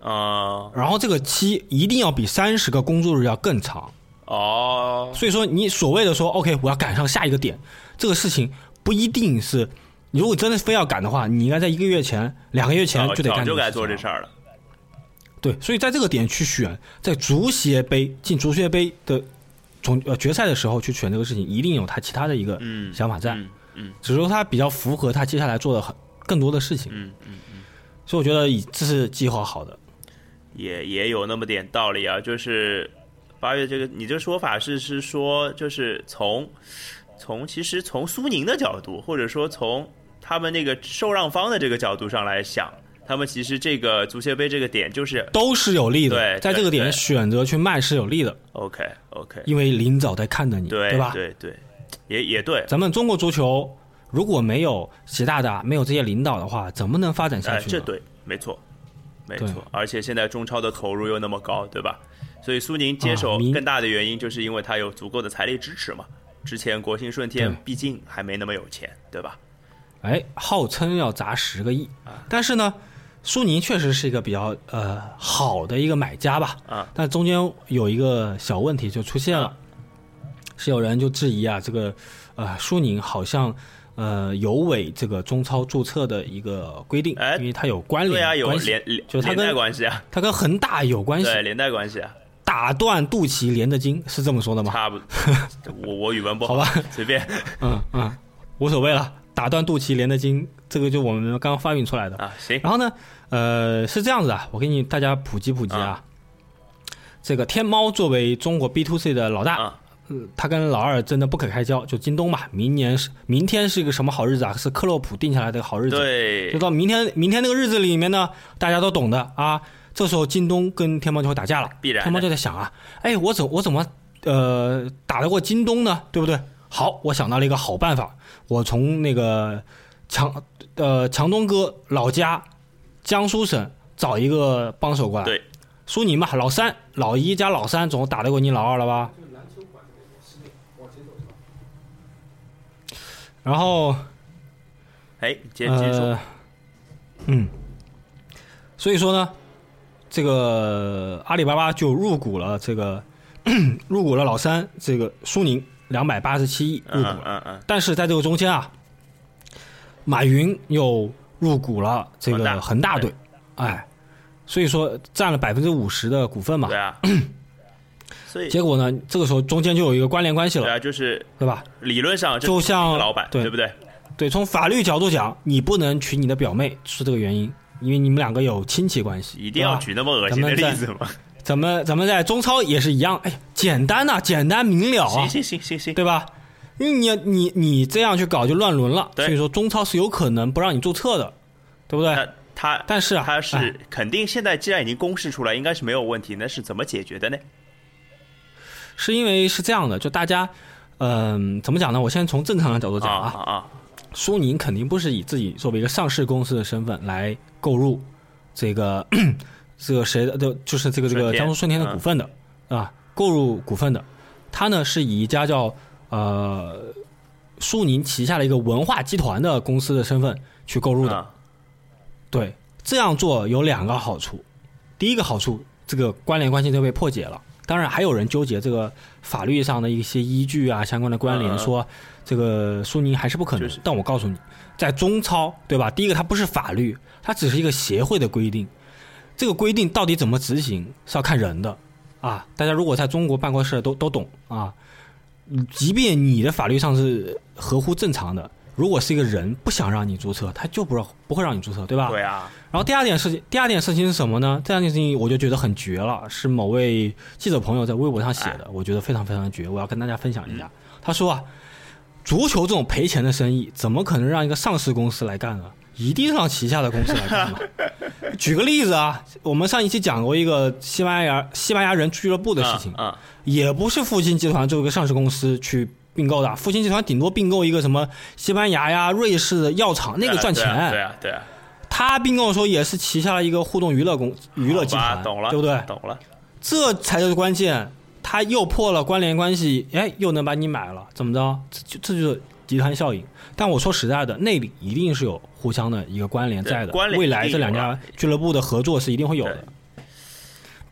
S1: 然后这个期一定要比30个工作日要更长。所以说你所谓的说 OK 我要赶上下一个点，这个事情不一定是，如果真的非要赶的话，你应该在1个月前2个月前就得干，
S2: 就该做这事儿了。
S1: 对，所以在这个点去选，在足协杯进足协杯的决赛的时候去选这个事情，一定有他其他的一个想法在，只是说他比较符合他接下来做的更多的事情，所以我觉得这是计划好的，
S2: 也有那么点道理啊。就是8月这个，你这说法是说，就是其实从苏宁的角度，或者说从他们那个受让方的这个角度上来想。他们其实这个足协杯这个点就是
S1: 都是有利的，
S2: 对，
S1: 在这个点选择去卖是有利的。
S2: OK，
S1: 因为领导在看着你，对吧？
S2: 对，也对。
S1: 咱们中国足球如果没有习大大，没有这些领导的话，怎么能发展下去呢？
S2: 这对，没错。而且现在中超的投入又那么高，对吧？所以苏宁接手更大的原因就是因为他有足够的财力支持嘛。之前国信顺天毕竟还没那么有钱，对吧？
S1: 号称要砸10个亿，但是呢。苏宁确实是一个比较好的一个买家吧，但中间有一个小问题就出现了，是有人就质疑这个苏宁好像有违这个中超注册的一个规定，因为它有关联关系，就是它跟连带关系啊，它跟恒大有关系，
S2: 对，连带关系啊，
S1: 打断肚脐连着筋是这么说的吗？
S2: 差不多，我语文不好，
S1: 好吧，
S2: 随便，
S1: 无所谓了。打断肚脐连着筋，这个就我们刚刚发明出来的
S2: 啊。行。
S1: 然后呢，是这样子的，我给大家普及啊。这个天猫作为中国 B2C 的老大，他跟老二争得不可开交，就京东嘛。明天是一个什么好日子啊？是克洛普定下来的好日子。
S2: 对。
S1: 就到明天那个日子里面呢，大家都懂的啊。这时候京东跟天猫就会打架了，
S2: 必然。
S1: 天猫就在想我怎么打得过京东呢？对不对？好，我想到了一个好办法，我从那个强东哥老家江苏省找一个帮手过来。
S2: 对，
S1: 苏宁嘛，老一加老三总打得过你老二了吧？然后，
S2: 接着说，
S1: 所以说呢，这个阿里巴巴就入股了老三，这个苏宁。287亿入股了，但是在这个中间马云又入股了这个恒大队，所以说占了50%的股份嘛。
S2: 对啊，所以
S1: 结果呢，这个时候中间就有一个关联关系了。
S2: 对啊，就是
S1: 对吧？
S2: 理论上
S1: 就像
S2: 老板，对不对？
S1: 对，从法律角度讲，你不能娶你的表妹是这个原因，因为你们2个有亲戚关系。
S2: 一定要举那么恶心的例子吗？
S1: 咱们在中超也是一样，简单简单明了啊，
S2: 行，
S1: 对吧？因为你这样去搞就乱伦了，所以说中超是有可能不让你注册的，对不对？但是
S2: 他是肯定现在既然已经公示出来，应该是没有问题，那是怎么解决的呢？
S1: 是因为是这样的，就大家怎么讲呢？我先从正常的角度讲苏宁肯定不是以自己作为一个上市公司的身份来购入这个谁的，就是这个江苏舜天的股份的购入股份的，他呢是以一家叫苏宁旗下的一个文化集团的公司的身份去购入的。对，这样做有2个好处。第一个好处，这个关联关系就被破解了。当然还有人纠结这个法律上的一些依据相关的关联，说这个苏宁还是不可能。但我告诉你，在中超，对吧？第一个它不是法律，它只是一个协会的规定。这个规定到底怎么执行是要看人的大家如果在中国办过事都懂即便你的法律上是合乎正常的，如果是一个人不想让你注册，他就不会让你注册，对吧？
S2: 对啊。
S1: 然后第二点事情是什么呢？这件事情我就觉得很绝了，是某位记者朋友在微博上写的，我觉得非常非常绝，我要跟大家分享一下。他说足球这种赔钱的生意怎么可能让一个上市公司来干呢？一定让旗下的公司来干嘛？举个例子我们上一期讲过一个西班牙人俱乐部的事情，也不是复兴集团作为一个上市公司去并购的，复兴集团顶多并购一个什么西班牙瑞士的药厂，那个赚钱。
S2: 对啊。
S1: 他并购的时候也是旗下的一个互动娱乐集团，
S2: 懂了，
S1: 对不对？
S2: 懂了，
S1: 这才是关键。他又破了关联关系，又能把你买了，怎么着？这就是集团效应。但我说实在的，内里一定是有互相的一个关联在的，未来这2家俱乐部的合作是一定会有的。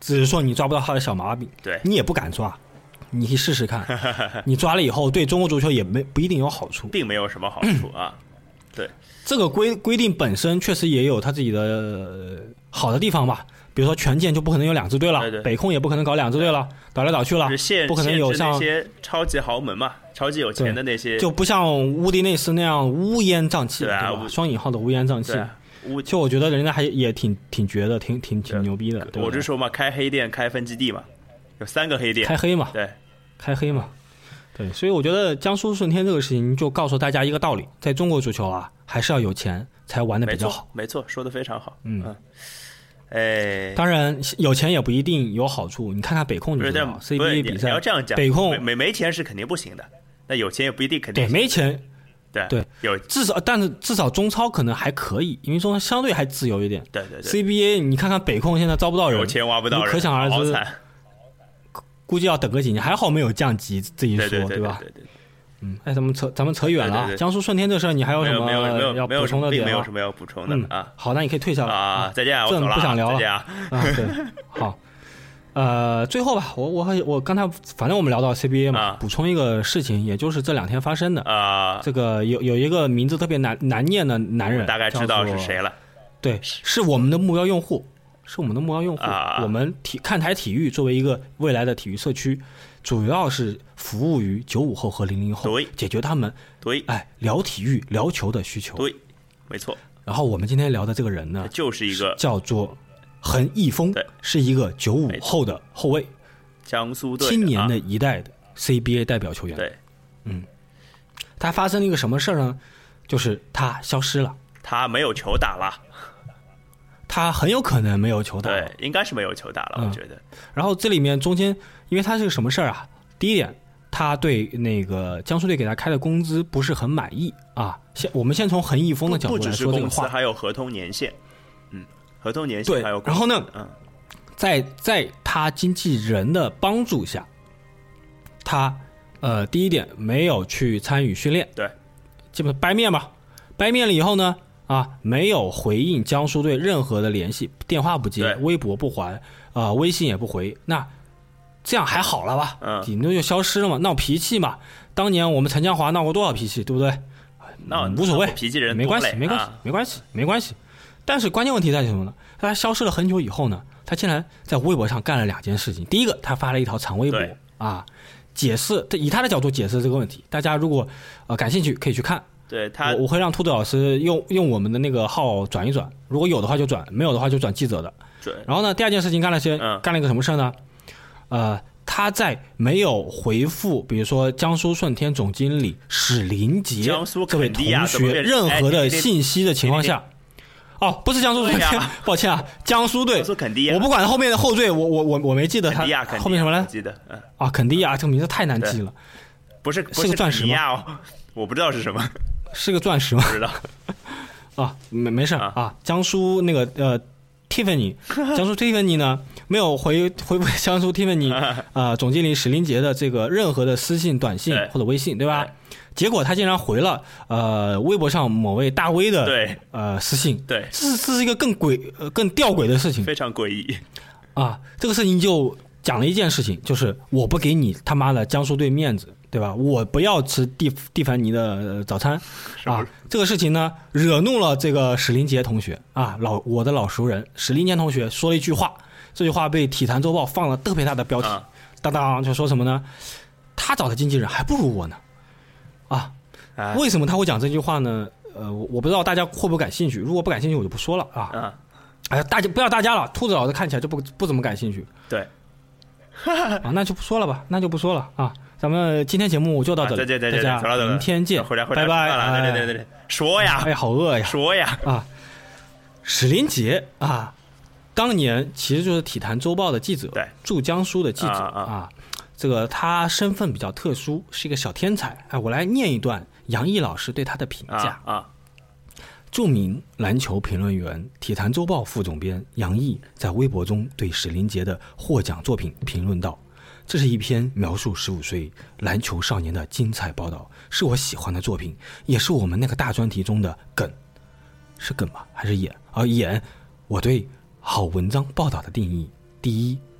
S1: 只是说你抓不到他的小毛病，
S2: 对，
S1: 你也不敢抓，你可以试试看，你抓了以后对中国足球也不一定有好处，
S2: 并没有什么好处啊。对，
S1: 这个规定本身确实也有他自己的好的地方吧。比如说权健就不可能有2支队了，
S2: 对对，
S1: 北控也不可能搞2支队了，倒来倒去了，不可能有像
S2: 那些超级豪门嘛，超级有钱的那些，
S1: 就不像乌迪内斯那样乌烟瘴气，
S2: 对
S1: 吧？双引号的乌烟瘴气。就我觉得人家还也挺绝的，挺牛逼的。
S2: 我就说嘛，开黑店开分基地嘛，有3个黑店，
S1: 开黑嘛，
S2: 对，
S1: 开黑嘛，对。所以我觉得江苏舜天这个事情就告诉大家一个道理，在中国足球啊，还是要有钱才玩的比较好。
S2: 没错，说的非常好。
S1: 当然有钱也不一定有好处。你看看北控就知道 ，CBA 比赛，
S2: 你要这样讲，
S1: 北控
S2: 没钱是肯定不行的，那有钱也不一定肯定
S1: 对，没钱。
S2: 对，有
S1: 但是至少中超可能还可以，因为中超相对还自由一点。
S2: 对
S1: CBA 你看看北控现在招不到人，
S2: 有钱挖不到人，
S1: 可想而知，估计要等个几年。还好没有降级这一说，对吧？对。咱们扯远了。
S2: 对，
S1: 江苏舜天这事儿，你还有什么要补充的点？
S2: 并没有什么要补充的啊。
S1: 好，那你可以退下了
S2: 啊。再见，我走了，
S1: 不想聊了。对，好。最后吧，我刚才反正我们聊到 CBA 嘛，补充一个事情，也就是这2天发生的这个有一个名字特别难念的男人，
S2: 大概知道是谁了。
S1: 对，是我们的目标用户，我们看台体育作为一个未来的体育社区，主要是服务于95后和00后，
S2: 对，
S1: 解决他们聊体育聊球的需求。
S2: 对，没错。
S1: 然后我们今天聊的这个人呢，
S2: 就是一个
S1: 叫做横一峰，是一个95后的后卫，
S2: 江苏队
S1: 青年的一代的 CBA 代表球员。
S2: 对，
S1: 他发生了一个什么事儿呢？就是他消失了，
S2: 他没有球打了，
S1: 他很有可能没有球打了，
S2: 对，应该是没有球打了，我觉得。
S1: 然后这里面中间，因为他是个什么事儿啊？第一点，他对那个江苏队给他开的工资不是很满意啊。我们先从横一峰的角度来说这个话，
S2: 还有合同年限。合同年限还有，
S1: 然后呢，在他经纪人的帮助下，他第一点没有去参与训练，
S2: 对，
S1: 基本掰面吧，掰面了以后呢，没有回应江苏队任何的联系，电话不接，微博不还，微信也不回，那这样还好了吧？顶多就消失了嘛，闹脾气嘛。当年我们陈江华闹过多少脾气，对不对？无所谓，
S2: 脾气人
S1: 没关系。但是关键问题在什么呢？他消失了很久以后呢，他竟然在微博上干了2件事情。第一个，他发了一条长微博解释，以他的角度解释这个问题。大家如果感兴趣，可以去看。
S2: 对他，
S1: 我会让兔子老师用我们的那个号转一转，如果有的话就转，没有的话就转记者的。然后呢，第2件事情干了一个什么事呢？他在没有回复，比如说江苏舜天总经理史林杰这位同学任何的信息的情况下。不是江苏舜天，抱歉啊，江苏队，我不管后面的后缀，我没记得他后面什么来，
S2: 记得
S1: 肯迪亚这个名字太难记了，
S2: 是
S1: 个钻石吗？
S2: 我不知道是什么，
S1: 是个钻石吗？
S2: 不知道
S1: 没事江苏那个Tiffany， 江苏 Tiffany 呢没有回复江苏 Tiffany 总经理史林杰的这个任何的私信、短信或者微信，对吧？结果他竟然回了微博上某位大 V 的私信，
S2: 对，
S1: 这是一个更吊诡的事情，
S2: 非常诡异
S1: 这个事情就讲了一件事情，就是我不给你他妈的江苏队面子，对吧？我不要吃蒂凡尼的早餐这个事情呢惹怒了这个史林杰同学我的老熟人史林杰同学说了一句话，这句话被体坛周报放了特别大的标题，当当就说什么呢？他找的经纪人还不如我呢为什么他会讲这句话呢？我不知道大家会不会感兴趣，如果不感兴趣我就不说了大家不要大家了，兔子老师看起来就不怎么感兴趣，
S2: 对
S1: 那就不说了咱们今天节目就到这里，大家明天见，拜拜。
S2: 对，说呀，
S1: 好饿呀，
S2: 说呀
S1: 史林杰当年其实就是体坛周报的记者，
S2: 对，
S1: 驻江苏的记者这个他身份比较特殊，是一个小天才。我来念一段杨毅老师对他的评价著名篮球评论员、体坛周报副总编杨毅在微博中对史林杰的获奖作品评论道：“这是一篇描述15岁篮球少年的精彩报道，是我喜欢的作品，也是我们那个大专题中的梗。”是梗吗？还是演？演。我对好文章报道的定义：第一，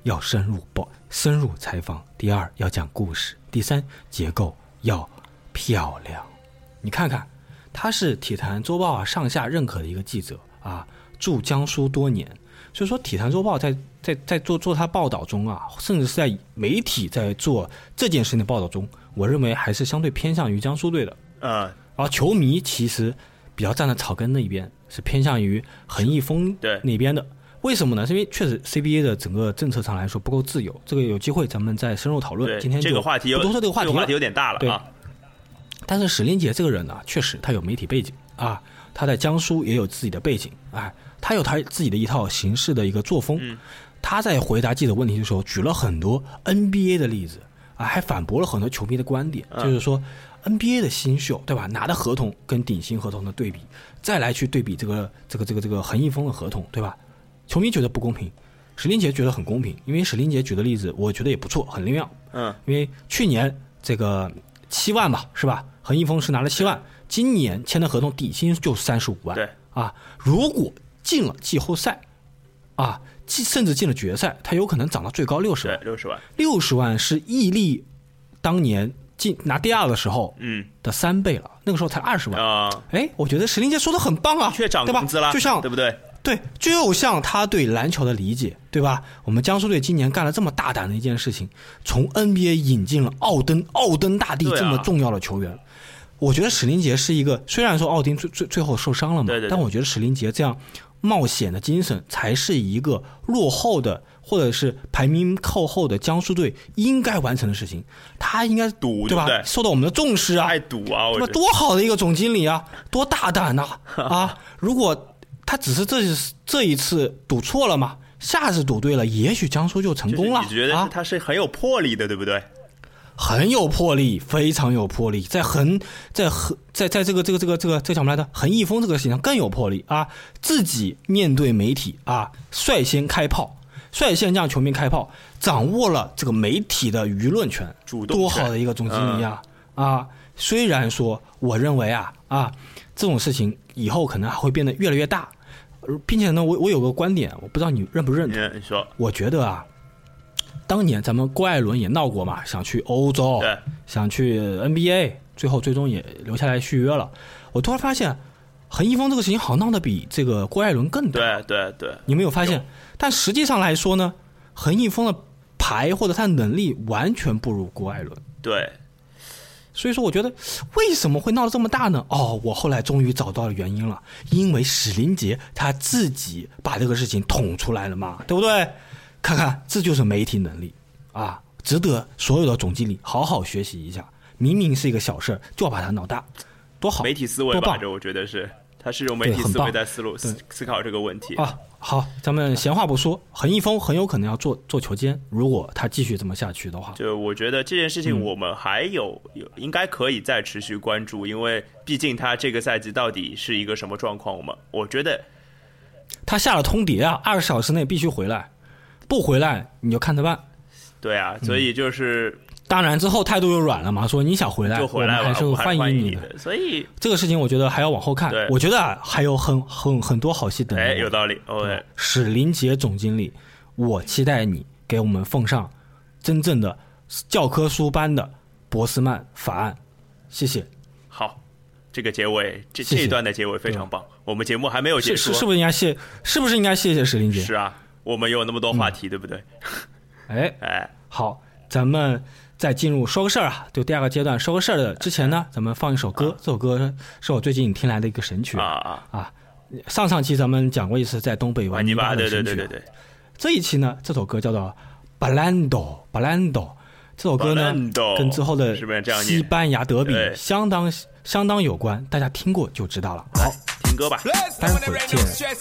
S1: 要深入采访，第二要讲故事，第三结构要漂亮。你看看，他是体坛周报啊上下认可的一个记者啊，驻江苏多年，所以说体坛周报在做他报道中啊，甚至是在媒体在做这件事情的报道中，我认为还是相对偏向于江苏队的。而球迷其实比较站在草根那一边，是偏向于恒毅峰那边的。为什么呢？是因为确实 CBA 的整个政策上来说不够自由，这个有机会咱们再深入讨论。今天
S2: 这个话题
S1: 不多说这个话题
S2: 有点大了啊。
S1: 但是史林杰这个人呢，确实他有媒体背景啊，他在江苏也有自己的背景，他有他自己的一套行事的一个作风。他在回答记者问题的时候举了很多 NBA 的例子啊，还反驳了很多球迷的观点，就是说 NBA 的新秀对吧，拿的合同跟顶薪合同的对比，再来去对比这个恒毅峰的合同对吧，球迷觉得不公平，史林杰觉得很公平，因为史林杰举的例子我觉得也不错，很灵妙。因为去年这个7万吧是吧，恒毅峰是拿了7万，今年签的合同底薪就35万。
S2: 对啊，
S1: 如果进了季后赛啊，甚至进了决赛，他有可能涨到最高60万。
S2: 对
S1: ，60万是毅力当年拿第2的时候的3倍了，那个时候才20万啊。我觉得史林杰说的很棒啊，
S2: 确涨工资了，
S1: 就像
S2: 对不对？
S1: 对，就像他对篮球的理解，对吧？我们江苏队今年干了这么大胆的一件事情，从 NBA 引进了奥登大帝这么重要的球员。我觉得史林杰是一个，虽然说奥丁最后受伤了嘛，
S2: 对，
S1: 但我觉得史林杰这样冒险的精神才是一个落后的或者是排名靠后的江苏队应该完成的事情。他应该
S2: 赌，
S1: 对吧？
S2: 对，
S1: 受到我们的重视啊，
S2: 爱赌啊，
S1: 对吧？多好的一个总经理啊，多大胆呐！啊，如果他只是这一次赌错了嘛，下次赌对了，也许江苏就成功了。
S2: 就是、你觉得他是很有魄力的，对不对？
S1: 很有魄力，非常有魄力，在这个叫什么来着？恒毅峰这个事情上更有魄力啊！自己面对媒体啊，率先向球迷开炮，掌握了这个媒体的舆论权，多好的一个总经理啊！虽然说我认为啊这种事情以后可能还会变得越来越大，并且呢，我有个观点，我不知道你认不认同？
S2: 你说，
S1: 我觉得啊。当年咱们郭艾伦也闹过嘛，想去欧洲，想去 NBA， 最终也留下来续约了。我突然发现，恒毅峰这个事情好闹得比这个郭艾伦更大。
S2: 对，
S1: 你没有发现？但实际上来说呢，恒毅峰的牌或者他的能力完全不如郭艾伦。
S2: 对，
S1: 所以说我觉得为什么会闹得这么大呢？我后来终于找到了原因了，因为史林杰他自己把这个事情捅出来了嘛，对不对？看看，这就是媒体能力啊，值得所有的总经理好好学习一下。明明是一个小事就要把它闹大，多好！
S2: 媒体思维吧，这我觉得是，他是用媒体思维在思考这个问题
S1: 啊。好，咱们闲话不说，恒毅峰很有可能要做球监，如果他继续这么下去的话，
S2: 就我觉得这件事情我们还有应该可以再持续关注，因为毕竟他这个赛季到底是一个什么状况，我觉得
S1: 他下了通牒啊，20小时内必须回来。不回来你就看着办。
S2: 对啊，所以就是，
S1: 当然之后态度又软了嘛，说你想回来
S2: 就回来，
S1: 我们还是欢迎你的。
S2: 所以
S1: 这个事情我觉得还要往后看。我觉得还有很多好戏等着。
S2: 有道理。OK，
S1: 史林杰总经理，我期待你给我们奉上真正的教科书般的博斯曼法案，谢谢。
S2: 好，这个结尾这一段的结尾非常棒。我们节目还没有结束，
S1: 是不是应该谢谢史林杰？
S2: 是啊。我们有那么多话题，对不对？
S1: 好，咱们在进入说个事儿啊，就第2个阶段说个事儿的之前呢，咱们放一首歌，这首歌是我最近听来的一个神曲上期咱们讲过一次在东北玩泥巴的神曲，对。这一期呢，这首歌叫做 Balando， 这首歌呢跟之后的西班牙德比相当有关，大家听过就知道了。好，
S2: 听歌吧，
S1: 待会儿见。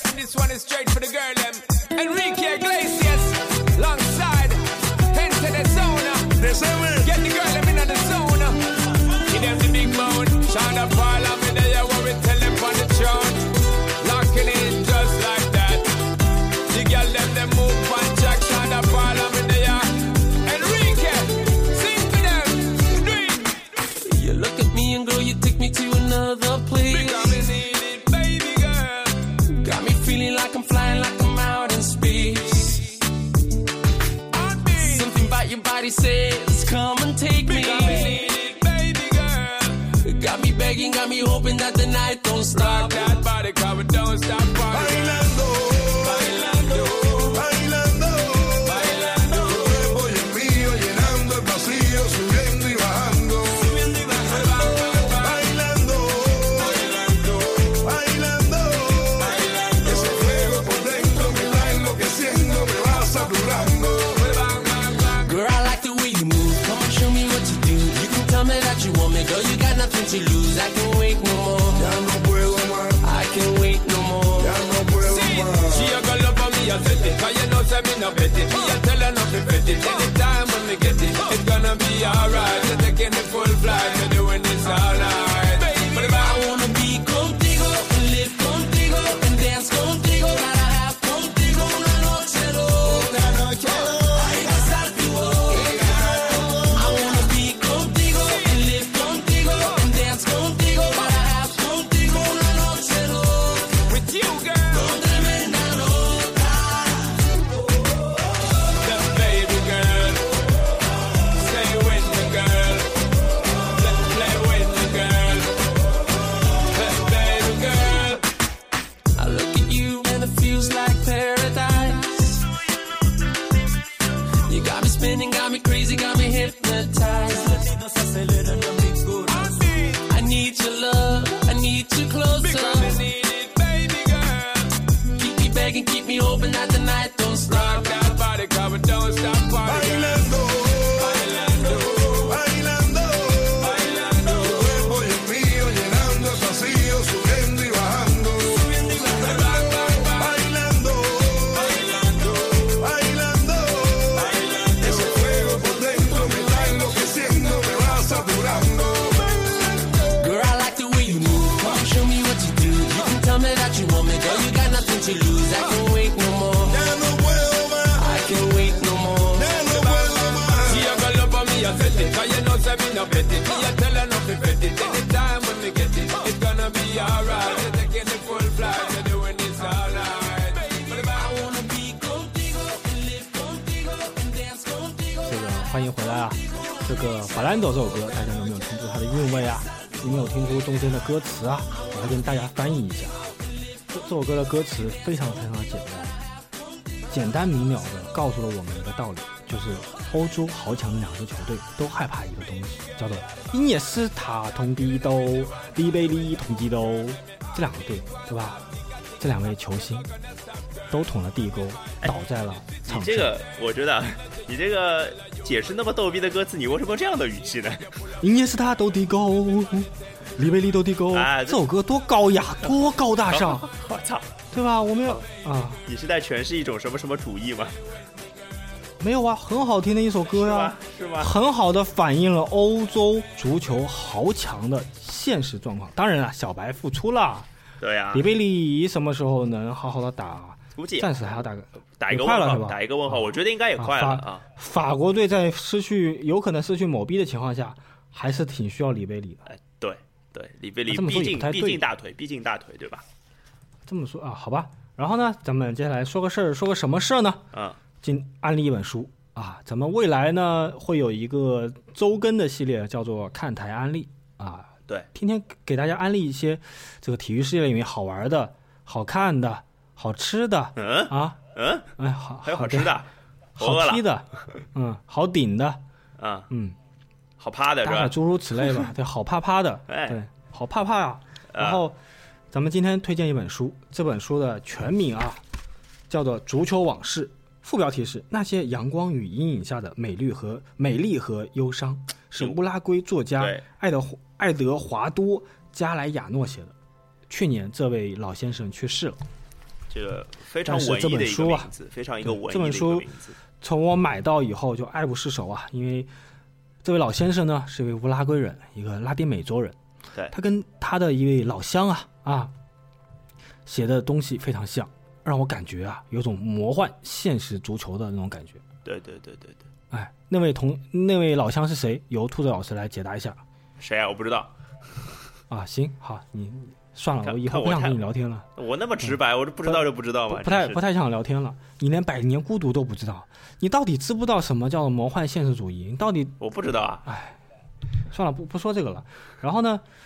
S3: Enrique Iglesias, alongside, into the zone. Get the girl, I'm in the zone. Give them the big bone. Shonda Paul, I'm there, what we tell them on the throne. Locking in just like that. The girl, them move on track. Shonda Paul, I'm there. Enrique, sing for them. Do it.
S4: You look at me and girl, you take me to another place.
S3: Because me need it, baby girl.
S4: Got me feeling like I'm flying like I'm out in space. begging, got me hoping that the night don't stop.
S3: Rock that body, come and don't stop party.
S5: Bailando,
S3: Bailando,
S5: bailando,
S3: bailando,
S5: tu cuerpo y el mío llenando el vacío, subiendo y bajando. Bailando, bailando, ese fuego por dentro me va enloqueciendo, me va saturando.
S4: Girl, I like the way you move. Come on, show me what you do. You can tell me that you want me, girl. You got nothing to lose. I can't wait no more.
S5: Ya no puedo más,
S4: I can't wait no more.
S5: ya no puedo más.
S3: she a go love on me, I set it. Cause you know, say me no bet it. Me a tell her not to bet it. Anytime when me get it, it's gonna be alright. You're taking the full flight, you're doing this all night. But if
S4: I
S3: I
S4: wanna be contigo, and live contigo, and dance contigo. Gotta have contigo una noche loca. Ay, besar tu boca. I wanna be contigo, and live contigo, and dance contigo. Gotta have contigo una noche loca.
S3: with you, girl,
S4: Con tremenda nota.
S3: the baby girl, stay with the girl, play with the girl, the baby girl.
S4: I look at you and it feels like paradise. You got me spinning, got me crazy, got me hypnotized. I need your love, I need you closer.
S3: Because I need it, baby girl.
S4: Keep me begging, keep me hoping that the night don't stop.
S3: Rock that body, come and don't stop party, girl.
S5: Bailando,
S3: Bailando,
S5: bailando,
S3: bailando,
S5: tu cuerpo y el mío llenando el vacío, subiendo y bajando. Bailando,
S3: bailando,
S5: bailando, ese fuego por dentro me va enloqueciendo, me va saturando.
S4: Girl, I like the way you move. Come on, show me what you do. You can tell me that you want me, girl. You got nothing to lose. I can't wait no more.
S5: Ya no puedo más,
S4: I can't wait no more.
S5: ya no puedo más.
S3: she a go love on me, I set it. Cause you know, say me no bet it. Me a tell her not to bet it. Anytime when me get it, it's gonna be alright. You're taking the full flight, you're doing this all night. But if I
S4: I wanna be contigo, and live contigo, and dance contigo.
S1: 这个欢迎回来啊！这个《法兰朵》这首歌，大家有没有听出它的韵味啊？有没有听出中间的歌词啊？我来跟大家翻译一下。这首歌的歌词非常非常的简单，简单明了的告诉了我们一个道理，就是欧洲豪强的两支球队都害怕一个东西，叫做因涅斯塔同迪都、利贝利同迪都，这两个队，对吧？这两位球星都捅了地沟，倒在了场上。
S2: 你这个，我觉得你这个解释那么逗逼的歌词，你为什么这样的语气呢？
S1: 因涅斯塔都地沟，利贝利都地沟，
S2: 哎
S1: 这首歌多高雅，多高大上，
S2: 我操！
S1: 对吧？我们要啊，
S2: 你是在诠释一种什么什么主义吗？
S1: 没有啊，很好听的一首歌呀、
S2: 是吗？
S1: 很好的反映了欧洲足球豪强的现实状况。当然了，小白复出了，
S2: 对呀、
S1: 里贝利什么时候能好好的打？
S2: 估计
S1: 暂时还要打
S2: 一个问号，
S1: 快了是吧？
S2: 打一个问号，我觉得应该也快了啊。
S1: 法国队在有可能失去某逼的情况下，还是挺需要里贝利的。
S2: 哎，对对，里贝利
S1: 这么说也不太对
S2: 毕竟大腿，对吧？
S1: 这么说啊，好吧。然后呢，咱们接下来说个事儿，说个什么事儿呢？安利一本书啊，咱们未来呢会有一个周更的系列，叫做看台安利啊。
S2: 对，
S1: 天天给大家安利一些这个体育世界里面好玩的、好看的、好吃的，哎，
S2: 还有好吃的，
S1: 好踢的，好顶的，好
S2: 趴的是吧？
S1: 诸如此类吧，对，好趴的，对，好怕啊。然后咱们今天推荐一本书，这本书的全名啊叫做《足球往事》，副标题是那些阳光与阴影下的美丽和忧伤，是乌拉圭作家爱德华多·加莱亚诺写的。去年这位老先生去世了。
S2: 这个非常文艺的一个名字，非常一个文艺的一个名字。
S1: 这本书从我买到以后就爱不释手啊，因为这位老先生呢是一位乌拉圭人，一个拉丁美洲人。
S2: 对，
S1: 他跟他的一位老乡写的东西非常像，让我感觉有种魔幻现实足球的那种感觉。
S2: 对。
S1: 哎，那位老乡是谁？由兔子老师来解答一下。
S2: 谁啊？我不知道。
S1: 行，好，你算了，我以后不想跟你聊天了。
S2: 我那么直白，我不知道就不知道嘛。
S1: 不太想聊天了。你连百年孤独都不知道，你到底知不知道什么叫魔幻现实主义？你到底
S2: 我不知道啊。
S1: 哎，算了，不说这个了。然后呢，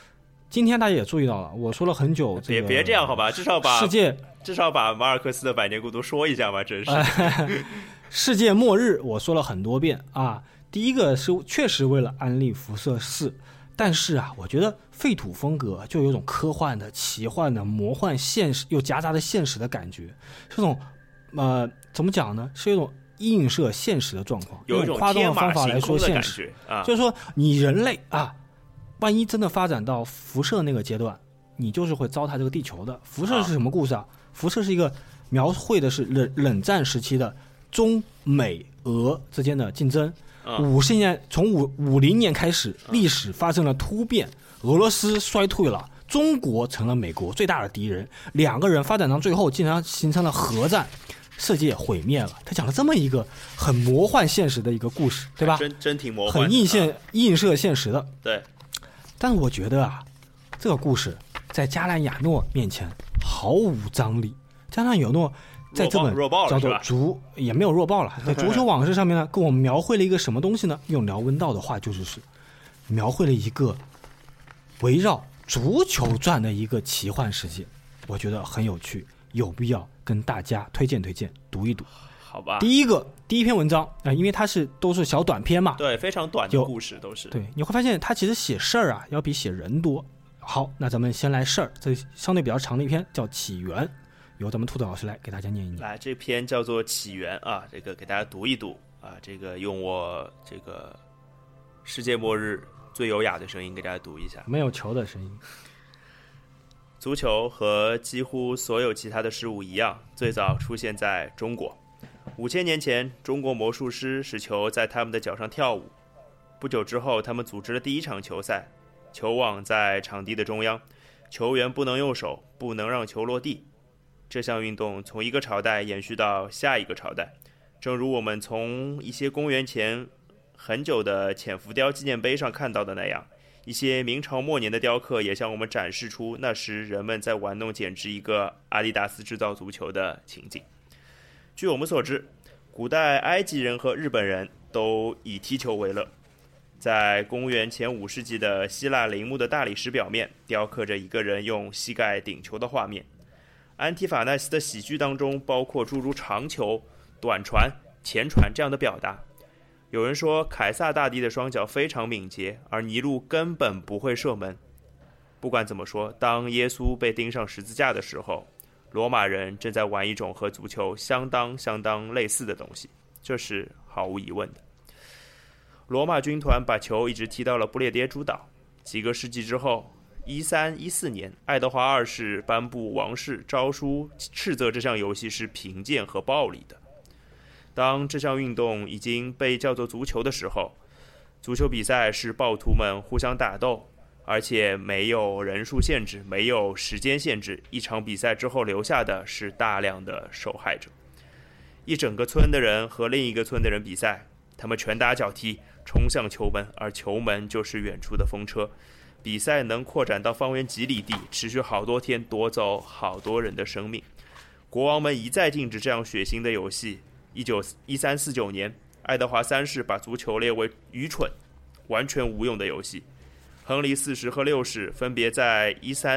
S1: 今天大家也注意到了，我说了很久，
S2: 别这样好吧，至少把马尔克斯的《百年孤独》说一下吧，真是。
S1: 世界末日我说了很多遍啊，第一个是确实为了安利辐射4，但是啊，我觉得废土风格就有种科幻的、奇幻的、魔幻现实又夹杂着现实的感觉，这种怎么讲呢？是一种映射现实的状况，
S2: 有一种
S1: 夸张的方法来说
S2: 天马行空的
S1: 现实
S2: 啊，
S1: 就是说你人类啊，万一真的发展到辐射那个阶段，你就是会糟蹋这个地球的。辐射是什么故事啊？辐射是一个描绘的是冷战时期的中美俄之间的竞争。50年，从50年开始，历史发生了突变，俄罗斯衰退了，中国成了美国最大的敌人，两个人发展到最后竟然形成了核战，世界毁灭了。他讲了这么一个很魔幻现实的一个故事，对吧？
S2: 真挺魔幻的，
S1: 很映射现实的。
S2: 对。
S1: 但是我觉得啊，这个故事在加兰亚诺面前毫无张力。加兰亚诺在这本叫做也没有弱爆了，在足球往事上面呢，跟我们描绘了一个什么东西呢？用廖文道的话就是描绘了一个围绕足球转的一个奇幻世界，我觉得很有趣，有必要跟大家推荐读一读。
S2: 好吧，
S1: 第一篇文章因为它都是小短篇嘛，
S2: 对，非常短的故事都是。
S1: 对，你会发现它其实写事儿啊要比写人多。好，那咱们先来事儿，这相对比较长的一篇叫《起源》，由咱们兔子老师来给大家念一念。
S2: 来，这篇叫做《起源》啊，这个给大家读一读啊，这个用我这个世界末日最优雅的声音给大家读一下，
S1: 没有球的声音。
S2: 足球和几乎所有其他的事物一样，最早出现在中国。5000年前，中国魔术师使球在他们的脚上跳舞。不久之后，他们组织了第一场球赛，球网在场地的中央，球员不能用手，不能让球落地。这项运动从一个朝代延续到下一个朝代，正如我们从一些公元前很久的浅浮雕纪念碑上看到的那样，一些明朝末年的雕刻也向我们展示出那时人们在玩弄简直一个阿迪达斯制造足球的情景。据我们所知，古代埃及人和日本人都以踢球为乐。在公元前5世纪的希腊陵墓的大理石表面雕刻着一个人用膝盖顶球的画面。安提法奈斯的喜剧当中包括诸如长球、短传、前传这样的表达。有人说凯撒大帝的双脚非常敏捷，而尼禄根本不会射门。不管怎么说，当耶稣被钉上十字架的时候，罗马人正在玩一种和足球相当类似的东西，这是毫无疑问的。罗马军团把球一直踢到了不列颠诸岛。几个世纪之后，1314年，爱德华2世颁布王室诏书，斥责这项游戏是贫贱和暴力的。当这项运动已经被叫做足球的时候，足球比赛是暴徒们互相打斗，而且没有人数限制，没有时间限制。一场比赛之后留下的是大量的受害者。一整个村的人和另一个村的人比赛，他们拳打脚踢，冲向球门，而球门就是远处的风车。比赛能扩展到方圆几里地，持续好多天，夺走好多人的生命。国王们一再禁止这样血腥的游戏。1349年，爱德华3世把足球列为愚蠢、完全无用的游戏。亨利4世和6世分别在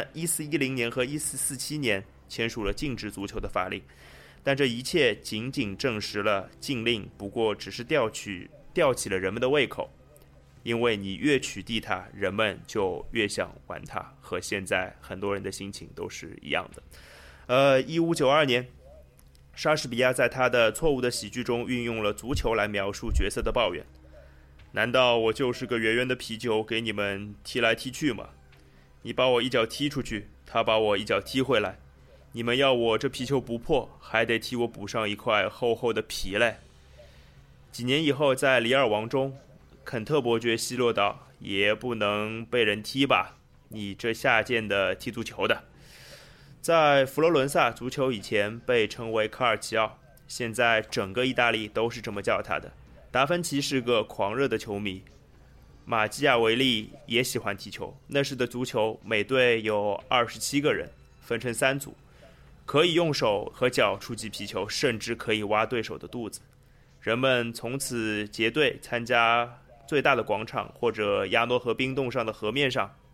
S2: 1410年和1447年签署了禁止足球的法令，但这一切仅仅证实了禁令不过只是吊起了人们的胃口，因为你越取缔它，人们就越想玩它，和现在很多人的心情都是一样的。1592年，莎士比亚在他的《错误的喜剧》中运用了足球来描述角色的抱怨。难道我就是个圆圆的皮球，给你们踢来踢去吗？你把我一脚踢出去，他把我一脚踢回来。你们要我这皮球不破，还得替我补上一块厚厚的皮嘞。几年以后，在里尔王中，肯特伯爵奚落道：“也不能被人踢吧？你这下贱的踢足球的！”在佛罗伦萨，足球以前被称为卡尔齐奥，现在整个意大利都是这么叫他的。达芬奇是个狂热的球迷，马基亚维利也喜欢踢球。那时的足球，每队有27个人，分成3组，可以用手和脚触及皮球，甚至可以挖对手的肚子。人们从此结队参加最大的广场或者亚诺河冰洞上的河面上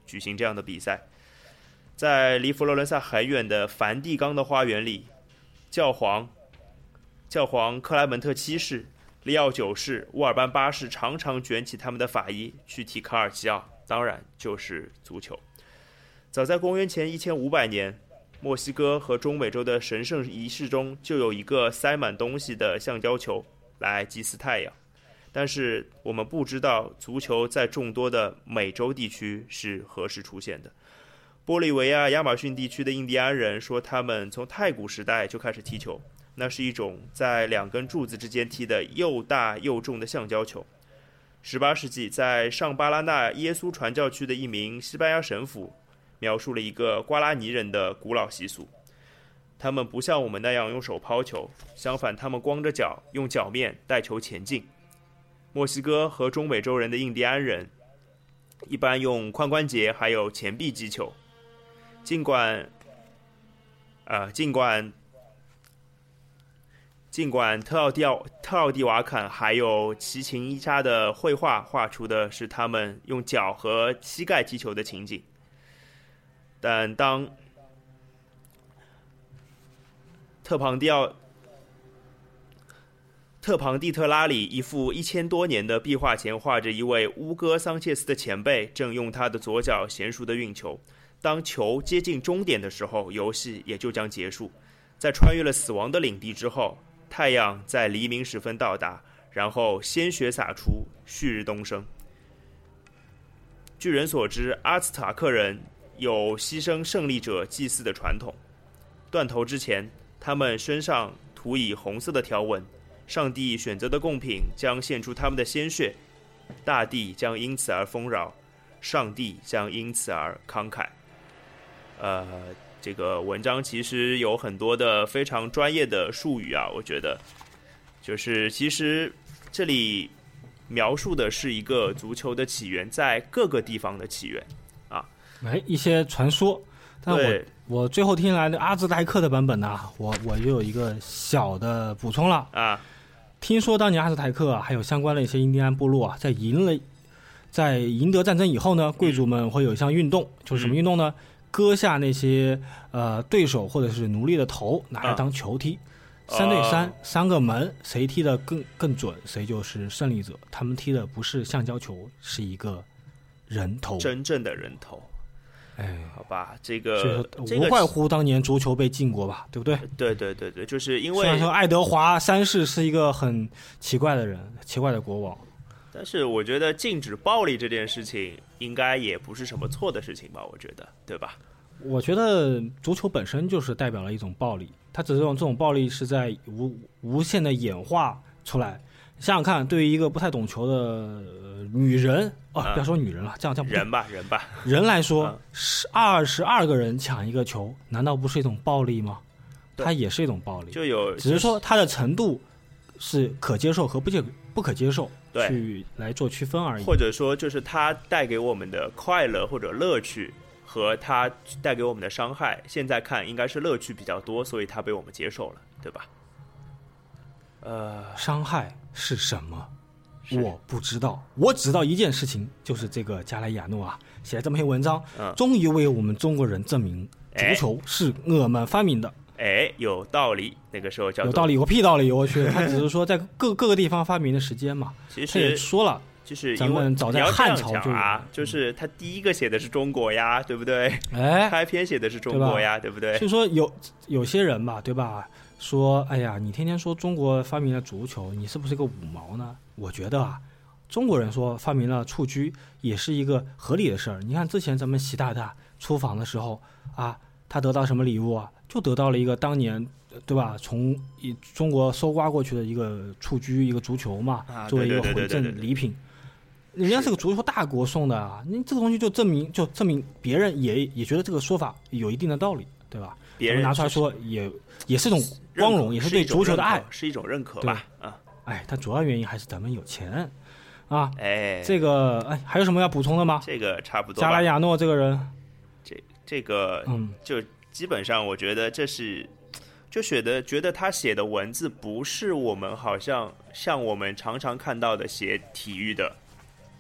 S2: 举行这样的比赛。在离佛罗伦萨很远的梵蒂冈的花园里，教皇克莱门特七世、利奥九世、乌尔班八世常常卷起他们的法衣去踢卡尔齐奥，当然就是足球。早在公元前1500年，墨西哥和中美洲的神圣仪式中就有一个塞满东西的橡胶球来祭祀太阳，但是我们不知道足球在众多的美洲地区是何时出现的。玻利维亚亚马逊地区的印第安人说，他们从太古时代就开始踢球，那是一种在2根柱子之间踢的又大又重的橡胶球。18世纪，在上巴拉纳耶稣传教区的一名西班牙神父描述了一个瓜拉尼人的古老习俗，他们不像我们那样用手抛球，相反，他们光着脚用脚面带球前进。墨西哥和中美洲人的印第安人一般用髋关节还有前臂击球，尽管特奥蒂瓦坎还有奇琴伊扎的绘画画出的是他们用脚和膝盖踢球的情景，但当特庞蒂特拉里一幅1000多年的壁画前画着一位乌戈桑切斯的前辈正用他的左脚娴熟地运球，当球接近终点的时候，游戏也就将结束。在穿越了死亡的领地之后，太阳在黎明时分到达，然后鲜血洒出，旭日东升。据人所知，阿兹塔克人有牺牲胜利者祭祀的传统。断头之前，他们身上涂以红色的条纹，上帝选择的贡品将献出他们的鲜血，大地将因此而丰饶，上帝将因此而慷慨。这个文章其实有很多的非常专业的术语啊，我觉得就是其实这里描述的是一个足球的起源，在各个地方的起源啊，
S1: 一些传说。但我最后听来的阿兹代克的版本呢，我就有一个小的补充了
S2: 啊。
S1: 听说当年阿兹台克还有相关的一些印第安部落在赢得战争以后呢，贵族们会有一项运动，就是什么运动呢？割下那些对手或者是奴隶的头，拿来当球踢，3对3，3个门，谁踢得更准，谁就是胜利者。他们踢的不是橡胶球，是一个人头，
S2: 真正的人头。好吧，这个
S1: 无怪乎当年足球被禁过吧，对不对？
S2: 对，就是因为
S1: 虽然说爱德华3世是一个很奇怪的人，奇怪的国王，
S2: 但是我觉得禁止暴力这件事情应该也不是什么错的事情吧，我觉得，对吧？
S1: 我觉得足球本身就是代表了一种暴力，它只是用这种暴力是在无限的演化出来。想想看，对于一个不太懂球的女人不要说女人了，这样人来说，22个人抢一个球，难道不是一种暴力吗？它也是一种暴力，只是说它的程度是可接受和不可接受，去来做区分而已。
S2: 或者说，就是它带给我们的快乐或者乐趣和它带给我们的伤害，现在看应该是乐趣比较多，所以它被我们接受了，对吧？
S1: 伤害是什么？我不知道，我只知道一件事情，就是这个加莱亚诺写了这么篇文章，终于为我们中国人证明足球是我们发明的。
S2: 有道理，那个时候叫做
S1: 有道理，我屁道理，我去，他只是说在各个地方发明的时间嘛。
S2: 其实
S1: 他也说了，
S2: 就是
S1: 咱们早在汉朝就
S2: 就是他第一个写的是中国呀，对不对？开篇写的是中国呀，对不对？
S1: 所以说有些人吧，对吧？说，哎呀，你天天说中国发明了足球，你是不是个五毛呢？我觉得中国人说发明了蹴鞠也是一个合理的事儿。你看之前咱们习大大出访的时候他得到什么礼物就得到了一个当年，对吧？从中国搜刮过去的一个蹴鞠，一个足球嘛，作为一个回赠礼品。人家是个足球大国送的你这个东西就证明别人也觉得这个说法有一定的道理，对吧？别人拿出来说也是一种光荣，也是对足球的爱，
S2: 是一种认可吧？
S1: 但主要原因还是咱们有钱这个还有什么要补充的吗？
S2: 这个差不多。
S1: 加莱亚诺这个人，
S2: 这个就基本上我觉得这是就觉得他写的文字不是我们好像我们常常看到的写体育的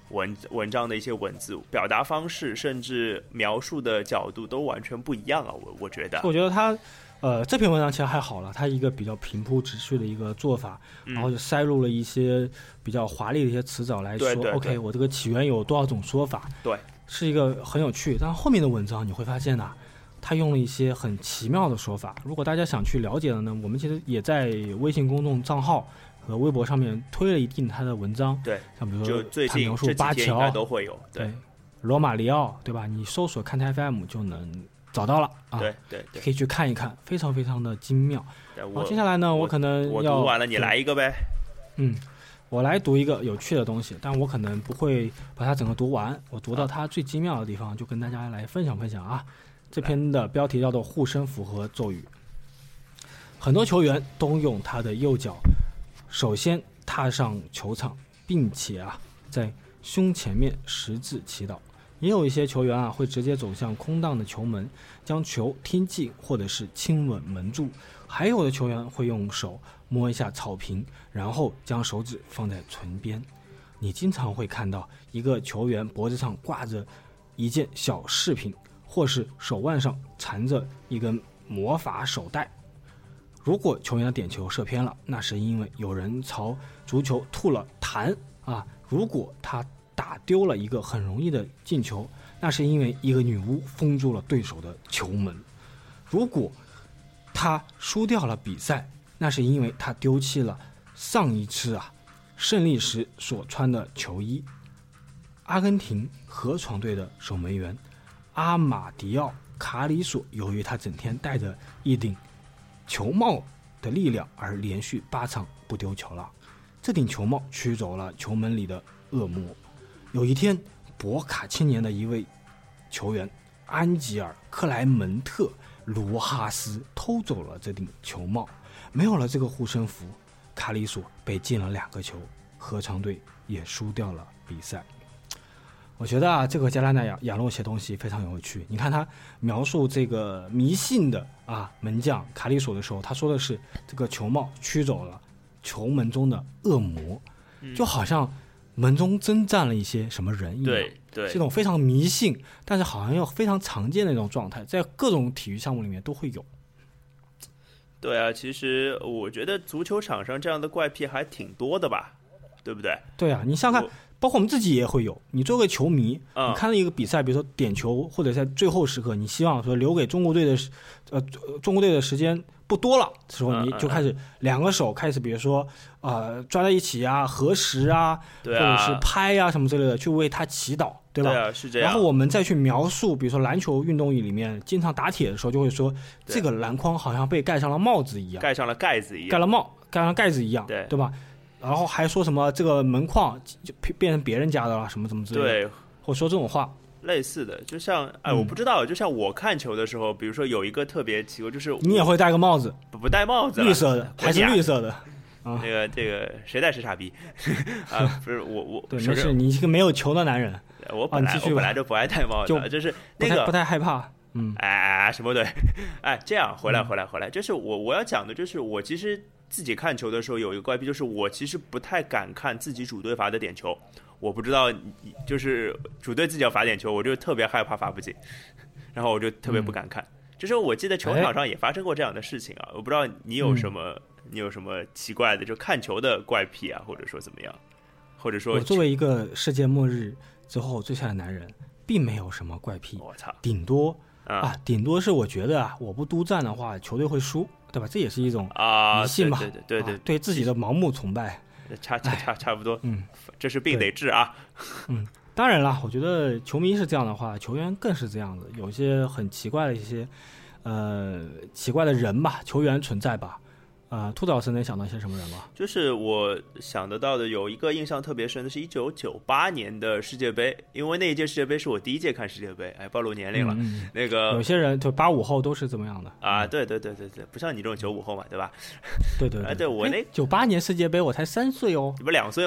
S2: 文章的一些文字表达方式，甚至描述的角度都完全不一样啊！我觉得
S1: 他这篇文章其实还好了，它一个比较平铺直叙的一个做法，然后就塞入了一些比较华丽的一些词藻来说
S2: 对
S1: OK 我这个起源有多少种说法，
S2: 对，
S1: 是一个很有趣。但后面的文章你会发现呢，他用了一些很奇妙的说法。如果大家想去了解的呢，我们其实也在微信公众账号和微博上面推了一定他的文章，
S2: 对，
S1: 像比如
S2: 就
S1: 说他
S2: 最近
S1: 描述巴
S2: 这几天应该
S1: 乔
S2: 都会有，
S1: 对，罗马里奥，对吧？你搜索看台 FM 就能找到了啊，
S2: 对，
S1: 可以去看一看，非常非常的精妙。好，接下来呢，
S2: 我
S1: 可能
S2: 我
S1: 要
S2: 读完了，你来一个呗。
S1: 我来读一个有趣的东西，但我可能不会把它整个读完，我读到它最精妙的地方，就跟大家来分享分享啊。这篇的标题叫做护身符和咒语。很多球员都用他的右脚首先踏上球场，并且在胸前面十字祈祷。也有一些球员会直接走向空荡的球门，将球踢进或者是亲吻门柱。还有的球员会用手摸一下草坪，然后将手指放在唇边。你经常会看到一个球员脖子上挂着一件小饰品，或是手腕上缠着一根魔法手带。如果球员的点球射偏了，那是因为有人朝足球吐了痰如果他打丢了一个很容易的进球，那是因为一个女巫封住了对手的球门。如果他输掉了比赛，那是因为他丢弃了上一次胜利时所穿的球衣。阿根廷河床队的守门员阿马迪奥·卡里索，由于他整天戴着一顶球帽的力量而连续8场不丢球了。这顶球帽驱走了球门里的恶魔。有一天，博卡青年的一位球员安吉尔·克莱门特·罗哈斯偷走了这顶球帽。没有了这个护身符，卡里索被进了2个球，合唱队也输掉了比赛。我觉得这个加拉纳亚洛写东西非常有趣。你看他描述这个迷信的门将卡里索的时候，他说的是这个球帽驱走了球门中的恶魔，就好像门中征战了一些什么人一样。
S2: 对，
S1: 是一种非常迷信，但是好像又非常常见的一种状态，在各种体育项目里面都会有。
S2: 对啊，其实我觉得足球场上这样的怪癖还挺多的吧，对不对？
S1: 对啊，你想看，包括我们自己也会有。你作为球迷，你看了一个比赛，比如说点球，或者在最后时刻，你希望说留给中国队的时间不多了，时候你就开始2个手开始，比如说抓在一起合十或者是拍什么之类的，去为他祈祷，对吧？
S2: 对啊，是这样。
S1: 然后我们再去描述，比如说篮球运动里面经常打铁的时候，就会说这个篮筐好像被盖上了帽子一样，
S2: 盖上了盖子一样，
S1: 盖上盖子一样，对吧？然后还说什么这个门框就变成别人家的了，什么什么之类的，
S2: 对，
S1: 或说这种话。
S2: 类似的，就像我不知道，就像我看球的时候，比如说有一个特别奇怪，就是
S1: 你也会戴个帽子，
S2: 不戴帽子，
S1: 绿色的还是绿色的？
S2: 这个谁戴谁傻逼不是我
S1: 对，没事，你是个没有球的男人。
S2: 我本来就不爱戴帽子，就是那个
S1: 不太害怕。
S2: 什么对？这样回来，就是我要讲的，就是我其实自己看球的时候有一个怪癖，就是我其实不太敢看自己主队罚的点球。我不知道，就是主队自己要罚点球，我就特别害怕罚不进，然后我就特别不敢看。就是我记得球场上也发生过这样的事情我不知道你有什么奇怪的，就看球的怪癖或者说怎么样，或者说
S1: 我作为一个世界末日之后最下的男人，并没有什么怪癖。
S2: 我操，
S1: 顶多是我觉得我不督战的话，球队会输，对吧？这也是一种迷信嘛，对自己的盲目崇拜。
S2: 差不多，这是病得治
S1: 当然了，我觉得球迷是这样的话，球员更是这样的，有些很奇怪的一些奇怪的人吧，球员存在吧。兔子老师能想到一些什么人吗？
S2: 就是我想得到的有一个印象特别深的是1998年的世界杯，因为那一届世界杯是我第一届看世界杯，暴露年龄了。那个
S1: 有些人就85后都是怎么样的
S2: 对，不像你这种95后嘛，对吧？
S1: 对，
S2: 对我那
S1: 98年世界杯我才3岁哦，
S2: 你不2岁吗？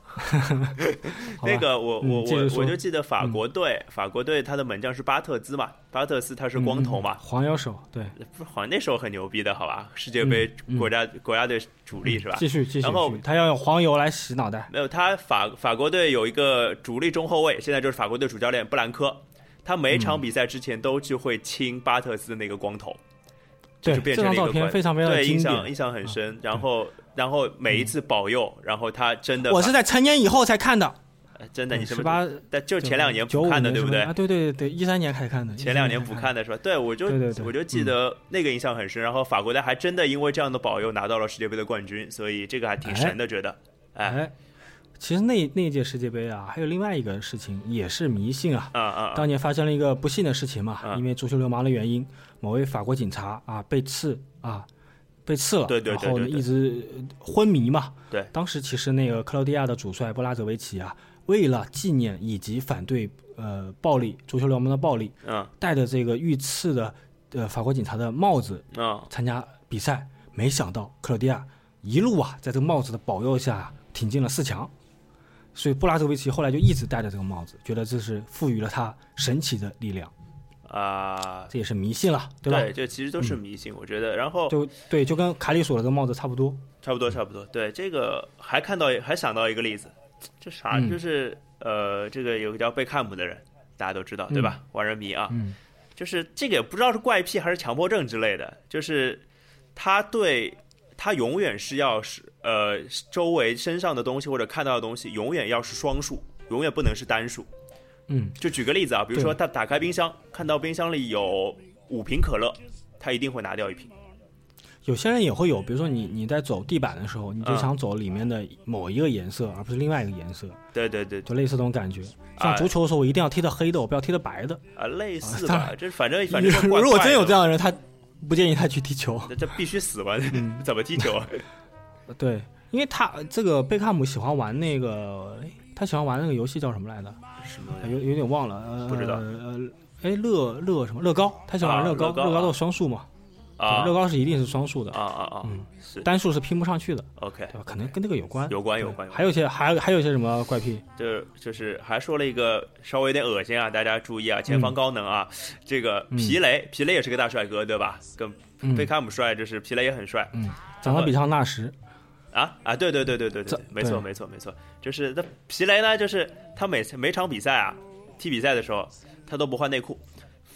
S2: 那个我就记得法国队他的门将是巴特兹嘛，巴特斯他是光头嘛，
S1: 黄油手，对，
S2: 不是好像那时候很牛逼的，好吧？世界杯国家队主力是吧？
S1: 继续，
S2: 然后
S1: 他要用黄油来洗脑袋。
S2: 没有，他法国队有一个主力中后卫，现在就是法国队主教练布兰科，他每场比赛之前都就会亲巴特斯的那个光头。
S1: 对，
S2: 就是变成了一个
S1: 这张照片非常非常
S2: 对
S1: 经典，
S2: 印象很深。然后每一次保佑，然后他真的，
S1: 我是在成年以后才看的，
S2: 真的，你是不
S1: 18，
S2: 但就前2年补看的，对不对？
S1: 啊，对，13年开始看的，
S2: 前2年补看的是吧？对，我就记得那个印象很深。然后法国队还真的因为这样的保佑拿到了世界杯的冠军，所以这个还挺神的，觉得。哎，
S1: 其实那一届世界杯啊，还有另外一个事情也是迷信啊。当年发生了一个不幸的事情嘛，因为足球流氓的原因，某位法国警察啊被刺了，
S2: 对，
S1: 然后呢一直昏迷嘛。
S2: 对，
S1: 当时其实那个克罗地亚的主帅布拉泽维奇啊，为了纪念以及反对暴力足球流氓的暴力，戴着这个遇刺的法国警察的帽子参加比赛，没想到克罗地亚一路在这个帽子的保佑下挺进了4强。所以布拉泽维奇后来就一直戴着这个帽子，觉得这是赋予了他神奇的力量这也是迷信了，对吧？
S2: 对，这其实都是迷信，我觉得。然后
S1: 就跟凯里索的这个帽子差不多。
S2: 对，这个还想到一个例子，这啥？就是这个有个叫贝克汉姆的人，大家都知道，对吧？万人迷啊，就是这个也不知道是怪癖还是强迫症之类的，就是他永远是要是周围身上的东西或者看到的东西永远要是双数，永远不能是单数。就举个例子啊，比如说他打开冰箱，看到冰箱里有5瓶可乐，他一定会拿掉1瓶。
S1: 有些人也会有，比如说你在走地板的时候，你就想走里面的某一个颜色，而不是另外一个颜色。
S2: 对，
S1: 就类似这种感觉。像足球的时候，我一定要踢的黑的，我不要踢的白的。
S2: 类似吧，这反正
S1: 如果真有这样的人，他不建议他去踢球，
S2: 这必须死吧？怎么踢球啊？
S1: 对，因为他这个贝克汉姆喜欢玩那个，他喜欢玩那个游戏叫什么来着？有点忘了，
S2: 不知道。
S1: 乐什么乐高？他喜欢玩乐高，乐高都是双数嘛。乐高是一定是双数的是单数是拼不上去的。
S2: OK，
S1: 对吧？可能跟这个有关。还有一些什么怪癖？
S2: 就是还说了一个稍微有点恶心啊，大家注意啊，前方高能啊，这个皮雷也是个大帅哥，对吧？跟贝克汉姆帅，就是皮雷也很帅，
S1: 长得比上纳什。
S2: 对，没错，就是那皮雷呢，就是他每场比赛啊，踢比赛的时候，他都不换内裤。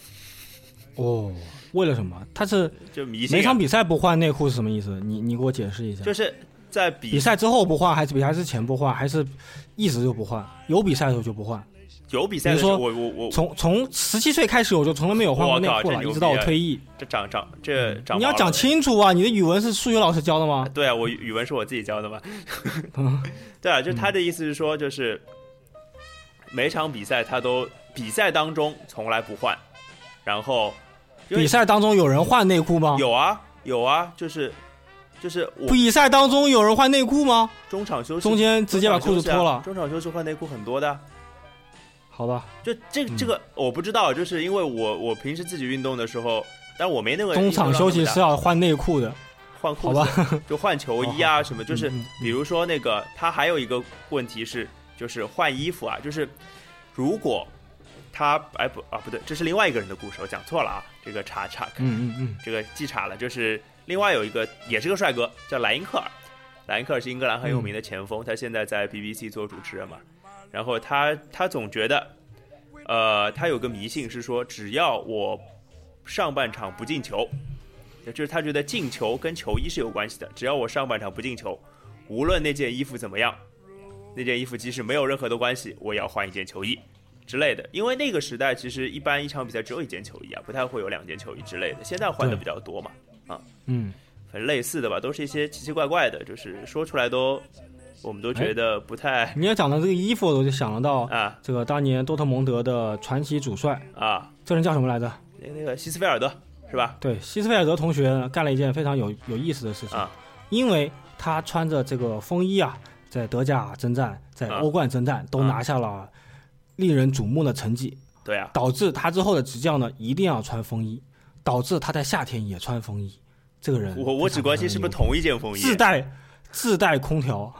S1: 为了什么？他是
S2: 就迷信。
S1: 每场比赛不换内裤是什么意思？你给我解释一下。
S2: 就是在
S1: 比赛之后不换，还是比赛之前不换，还是一直就不换？有比赛的时候就不换。
S2: 有比赛的时候，我
S1: 从17岁开始我就从来没有换过内裤了，一直到我退役。
S2: 这长
S1: 你要讲清楚啊！你的语文是数学老师教的吗？
S2: 对啊，我语文是我自己教的嘛。对啊，就他的意思是说，就是每场比赛他都比赛当中从来不换，然后
S1: 比赛当中有人换内裤吗？
S2: 有啊，就是
S1: 比赛当中有人换内裤吗？
S2: 中场休息
S1: 中间直接把裤子脱了。
S2: 中场休息换内裤很多的。
S1: 好的，
S2: 就这个我不知道，就是因为我平时自己运动的时候，但我没那个
S1: 中场休息是要换内裤的，
S2: 换裤子，好吧，就换球衣啊什么，就是比如说那个他还有一个问题是，就是换衣服啊，就是如果他不对，这是另外一个人的故事，我讲错了啊，这个查这个记岔了，就是另外有一个也是个帅哥叫莱因克尔，莱因克尔是英格兰很有名的前锋，他现在在 BBC 做主持人嘛。然后他总觉得，他有个迷信是说，只要我上半场不进球，就是他觉得进球跟球衣是有关系的。只要我上半场不进球，无论那件衣服怎么样，那件衣服即使没有任何的关系，我也要换一件球衣之类的。因为那个时代其实一般一场比赛只有1件球衣啊，不太会有2件球衣之类的。现在换的比较多嘛，反正类似的吧，都是一些奇奇怪怪的，就是说出来我们都觉得不太。
S1: 你要讲的这个衣服，我就想得到这个当年多特蒙德的传奇主帅这人叫什么来着？
S2: 那个希斯菲尔德是吧？
S1: 对，希斯菲尔德同学干了一件非常有意思的事情因为他穿着这个风衣在德甲征战，在欧冠征战都拿下了令人瞩目的成绩。
S2: 对啊，
S1: 导致他之后的执教呢一定要穿风衣，导致他在夏天也穿风衣。这个人
S2: 我只关心是不是同一件风衣，
S1: 自带空调。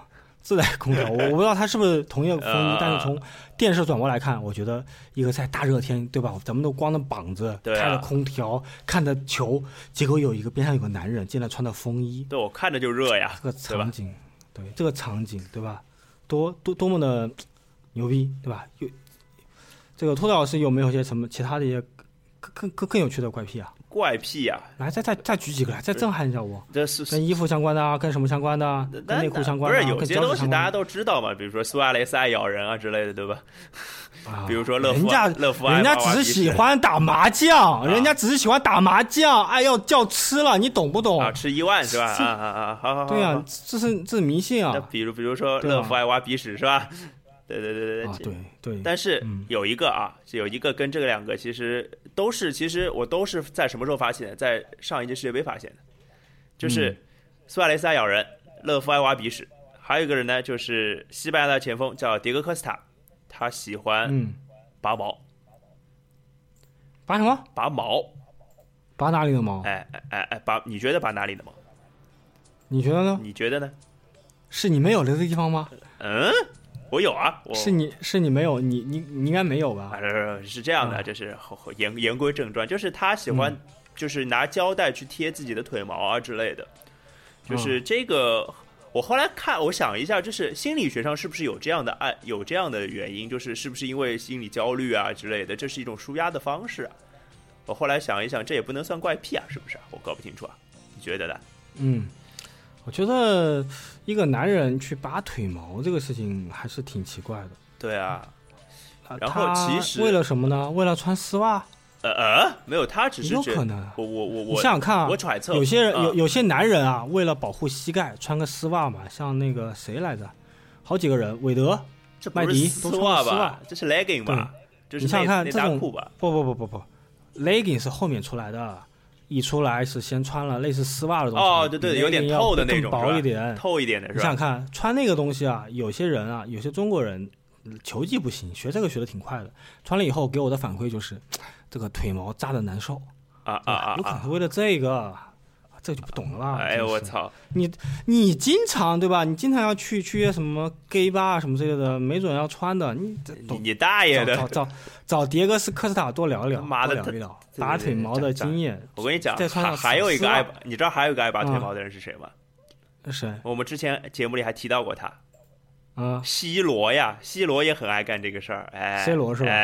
S1: 自带空调，我不知道它是不是同一个风衣，但是从电视转播来看，我觉得一个在大热天，对吧？咱们都光着膀子，开着空调，看着球，结果有一个边上有个男人竟然穿的风衣，
S2: 对我看着就热呀，
S1: 这个场景，对这个场景，对吧？多么的牛逼，对吧？有这个托老师有没有些什么其他的一些更有趣的怪癖啊？
S2: 怪癖啊！
S1: 来，再举几个来，再震撼一下我。
S2: 这是
S1: 跟衣服相关的啊，跟什么相关的啊？跟内裤相关的、啊。
S2: 不是有些东西大家都知道嘛，比如说苏亚雷斯爱咬人啊之类的，对吧？
S1: 啊、
S2: 比如说乐福
S1: 人家只是喜欢打麻将，人家只是喜欢打麻将，哎，要叫吃了，你懂不懂？
S2: 啊，吃1万是吧？好。
S1: 对啊，这是迷信啊。
S2: 那比如说乐福爱挖鼻屎是吧？对，
S1: 对。
S2: 但是有一个跟这个两个其实我都是在什么时候发现的？在上一届世界杯发现的，就是苏亚雷斯爱咬人，乐福爱挖鼻屎，还有一个人呢，就是西班牙的前锋叫迭戈科斯塔，他喜欢拔毛。
S1: 拔什么？
S2: 拔毛。
S1: 拔哪里的毛？
S2: 你觉得拔哪里的毛？
S1: 你觉得呢？
S2: 你觉得呢？
S1: 是你没有的地方吗？
S2: 我有啊，
S1: 是你没有，你应该没有吧？
S2: 是这样的，就是言归正传，就是他喜欢，就是拿胶带去贴自己的腿毛啊之类的，就是这个。我后来我想一下，就是心理学上是不是有这样的原因，就是是不是因为心理焦虑啊之类的，这是一种抒压的方式啊？我后来想一想，这也不能算怪癖啊，是不是？我搞不清楚啊，你觉得呢？
S1: 我觉得一个男人去拔腿毛这个事情还是挺奇怪的。
S2: 对啊，然后其实
S1: 为了什么呢？为了穿丝袜？
S2: 没有，他只是
S1: 有可能。
S2: 我
S1: 你想想看啊，
S2: 我揣测
S1: 有些男人啊，为了保护膝盖穿个丝袜嘛，像那个谁来着，好几个人，韦德、麦迪都穿丝袜，
S2: 这是 legging 吧？
S1: 你想想看，这种
S2: 裤吧？
S1: 不 ，legging 是后面出来的。一出来是先穿了类似丝袜的东西，
S2: 对，有点透的那种，
S1: 薄一点，
S2: 透一点的是吧？
S1: 你想想看，穿那个东西啊，有些人啊，有些中国人球技不行，学这个学的挺快的，穿了以后给我的反馈就是，这个腿毛扎的难受有可能是为了这个。这就不懂了吧？
S2: 哎我操！
S1: 你经常对吧？你经常要去什么 gay 吧什么之类的，没准要穿的。
S2: 你大爷的！
S1: 找迭戈科斯塔多聊聊，
S2: 妈的，
S1: 多聊一聊拔腿毛的经验。
S2: 我跟你讲，
S1: 再穿上
S2: 还有一个你知道还有一个爱拔腿毛的人是谁吗？
S1: 谁？
S2: 我们之前节目里还提到过他。
S1: C
S2: 罗呀，C 罗也很爱干这个事儿。
S1: C 罗是吧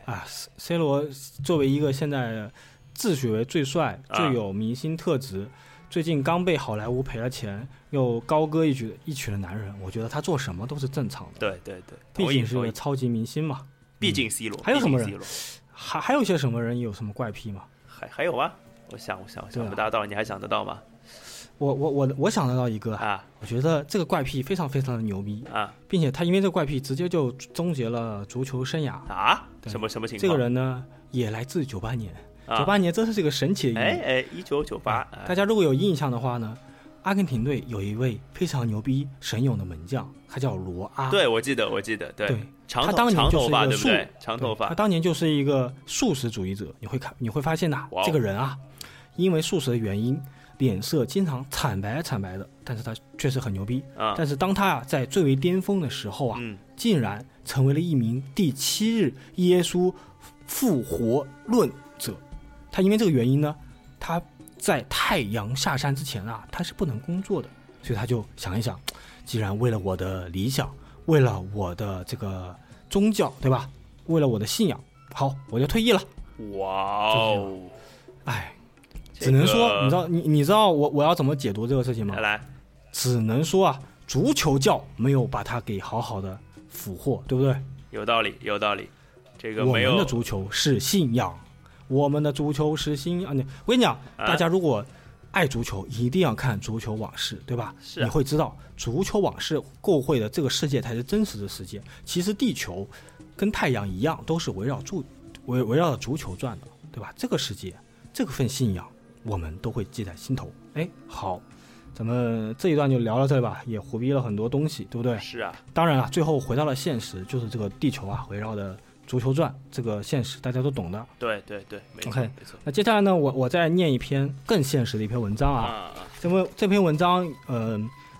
S2: ？C
S1: 罗作为一个现在自诩为最帅、最有明星特质。最近刚被好莱坞赔了钱，又高歌一曲的男人，我觉得他做什么都是正常的。
S2: 对，
S1: 毕竟是个超级明星嘛。
S2: 毕竟 C 罗，
S1: 还有什么人？还有些什么人有什么怪癖吗？
S2: 还有吗？我想不到，你还想得到吗？
S1: 我想得到一个
S2: 啊，
S1: 我觉得这个怪癖非常非常的牛逼
S2: 啊，
S1: 并且他因为这个怪癖直接就终结了足球生涯
S2: 啊。什么情况？
S1: 这个人呢也来自98年。98年真是这个神奇的一
S2: 年，1998。
S1: 大家如果有印象的话呢，阿根廷队有一位非常牛逼神勇的门将，他叫罗阿。
S2: 对，我记得，对，
S1: 他当年就是一个
S2: 对不对？长头发。
S1: 他当年就是一个素食主义者，你会发现呐，这个人啊，因为素食的原因，脸色经常惨白的，但是他确实很牛逼。但是当他在最为巅峰的时候啊，竟然成为了一名第7日耶稣复活论者。他因为这个原因呢，他在太阳下山之前啊，他是不能工作的，所以他就想一想，既然为了我的理想，为了我的这个宗教，对吧？为了我的信仰，好，我就退役了。
S2: 哇哦！
S1: 哎，只能说，你知道我要怎么解读这个事情吗？
S2: 来，
S1: 只能说啊，足球教没有把他给好好的俘获，对不对？
S2: 有道理。这个没有，
S1: 我们的足球是信仰。我们的足球是信仰。我跟你讲，大家如果爱足球，一定要看足球往事，对吧？
S2: 是
S1: 你会知道，足球往事构绘的这个世界才是真实的世界。其实地球跟太阳一样，都是围绕着足球转的，对吧？这个世界，这份信仰，我们都会记在心头。哎，好，咱们这一段就聊到这里吧，也胡逼了很多东西，对不对？
S2: 是啊。当
S1: 然了，最后回到了现实，就是这个地球啊，围绕的足球转这个现实大家都懂的。
S2: 对，没错。
S1: OK， 那接下来呢，我再念一篇更现实的一篇文章啊。这篇文章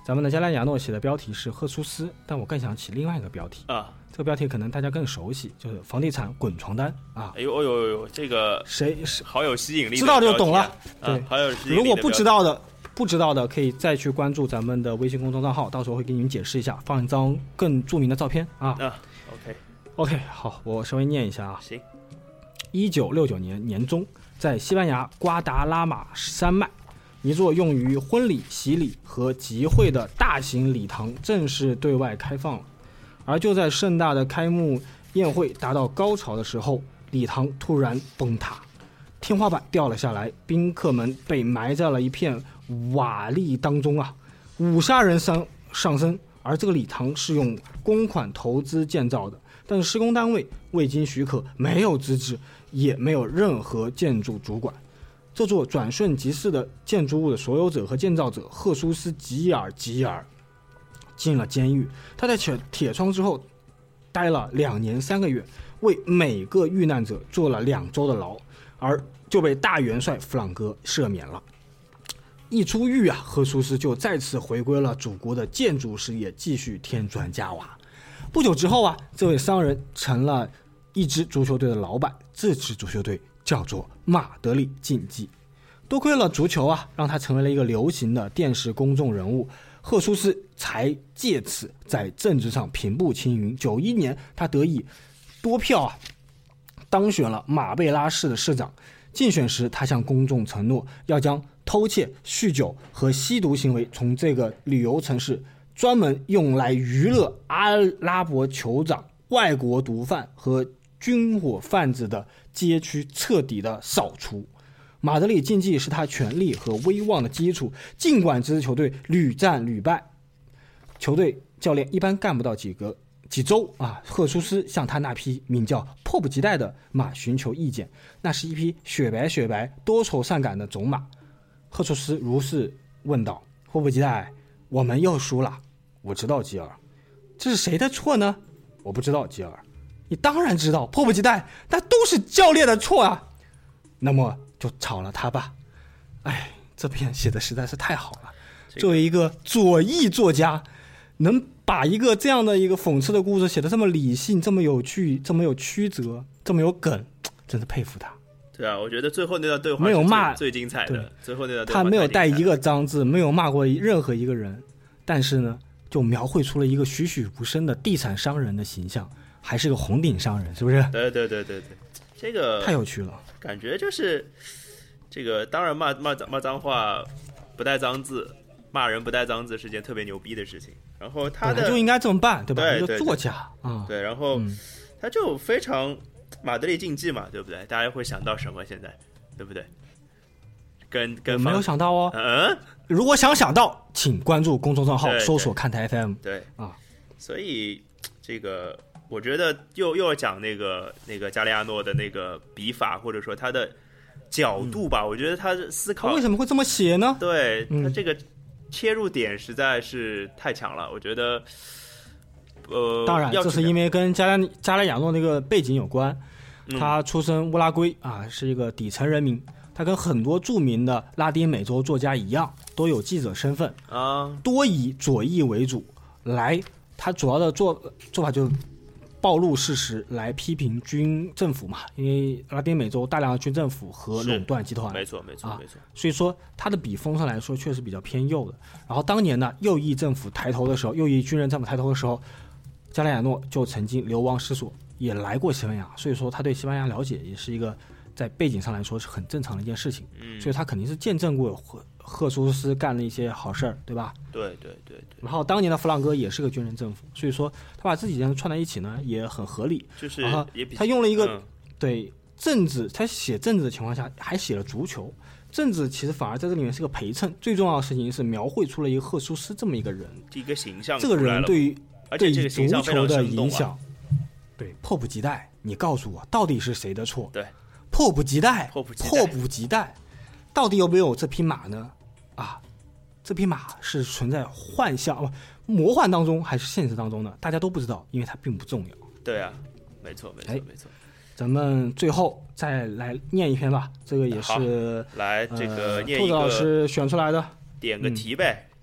S1: 咱们的加莱亚诺写的标题是赫苏斯，但我更想起另外一个标题
S2: 啊，
S1: 这个标题可能大家更熟悉，就是房地产滚床单啊。
S2: 哎呦，这个
S1: 谁是
S2: 好有吸引力的、
S1: 知道就懂了。对，
S2: 好有吸引力的。
S1: 如果不知道的可以再去关注咱们的微信公众账号，到时候会给你们解释一下，放一张更著名的照片啊。OK， 好，我稍微念一下啊。
S2: 行。
S1: 1969年年中，在西班牙瓜达拉马山脉，一座用于婚礼、洗礼和集会的大型礼堂正式对外开放了。而就在盛大的开幕宴会达到高潮的时候，礼堂突然崩塌，天花板掉了下来，宾客们被埋在了一片瓦砾当中啊，5杀人上身。而这个礼堂是用公款投资建造的，但是施工单位未经许可，没有资质，也没有任何建筑主管。这座转瞬即逝的建筑物的所有者和建造者赫苏斯·吉尔进了监狱。他在铁窗之后待了2年3个月，为每个遇难者坐了2周的牢，而就被大元帅弗朗哥赦免了。一出狱啊，赫苏斯就再次回归了祖国的建筑事业，继续添砖加瓦。不久之后啊，这位商人成了一支足球队的老板，这支足球队叫做马德里竞技。多亏了足球啊，让他成为了一个流行的电视公众人物，赫苏斯才借此在政治上平步青云。91年，他得以多票啊当选了马贝拉市的市长。竞选时，他向公众承诺要将偷窃、酗酒和吸毒行为从这个旅游城市专门用来娱乐阿拉伯酋长、外国毒贩和军火贩子的街区彻底的扫除。马德里竞技是他权力和威望的基础，尽管这支球队屡战屡败，球队教练一般干不到几周啊，赫苏斯向他那匹名叫迫不及待的马寻求意见。那是一匹雪白多愁善感的种马。赫苏斯如是问道：迫不及待，我们又输了。我知道，吉尔。这是谁的错呢？我不知道，吉尔。你当然知道，迫不及待，那都是教练的错啊。那么就炒了他吧。哎，这篇写的实在是太好了。作为一个左翼作家，能把一个这样的一个讽刺的故事写得这么理性、这么有趣、这么有曲折、这么有梗，真是佩服他。
S2: 对啊，我觉得最后那段对话
S1: 没有骂
S2: 最精彩的。最后那段对话
S1: 他没有带一个脏字，没有骂过任何一个人，但是呢，就描绘出了一个栩栩如生的地产商人的形象，还是个红顶商人，是不是？
S2: 对，这个
S1: 太有趣了。
S2: 感觉就是这个，当然骂脏话不带脏字，骂人不带脏字是件特别牛逼的事情。然后他的
S1: 就应该这么办，对吧？
S2: 对，
S1: 一个作家啊，
S2: 对，然后他就非常马德里竞技嘛，对不对？大家会想到什么？现在对不对？跟
S1: 没有想到哦。如果想到，请关注公众账号，搜索看台 FM。
S2: 对
S1: 啊，
S2: 所以这个我觉得又要讲那个加利亚诺的那个笔法，或者说他的角度吧。我觉得他的思考
S1: 他为什么会这么写呢？
S2: 对，他这个切入点实在是太强了。我觉得，
S1: 当然这是因为跟加利亚诺那个背景有关。他出身乌拉圭啊，是一个底层人民。他跟很多著名的拉丁美洲作家一样，都有记者身份啊，多以左翼为主。他主要的做法就是暴露事实，来批评军政府嘛。因为拉丁美洲大量的军政府和垄断集团，
S2: 没错。
S1: 所以说他的笔锋上来说，确实比较偏右的。然后当年呢，右翼政府抬头的时候，右翼军人政府抬头的时候，加利亚诺就曾经流亡失所，也来过西班牙。所以说他对西班牙了解也是一个在背景上来说是很正常的一件事情。所以他肯定是见证过赫苏斯干了一些好事儿，对吧？
S2: 对。
S1: 然后当年的弗朗哥也是个军人政府，所以说他把这几件事串在一起呢，也很合理。
S2: 就是
S1: 然后他用了一个、对政治，他写政治的情况下还写了足球。政治其实反而在这里面是个陪衬，最重要的事情是描绘出了一个赫苏斯这么一个人，
S2: 一个形象。
S1: 这个人对于足球的影响，
S2: 对，
S1: 迫不及待。你告诉我，到底是谁的错？
S2: 对，
S1: 迫不及待，到底有没有这匹马呢？啊，这匹马是存在幻象、魔幻当中还是现实当中呢？大家都不知道，因为它并不重要。
S2: 对啊，没错。
S1: 咱们最后再来念一篇吧，这个也是
S2: 来这个念一个
S1: 兔子老师选出来的，
S2: 点个题呗。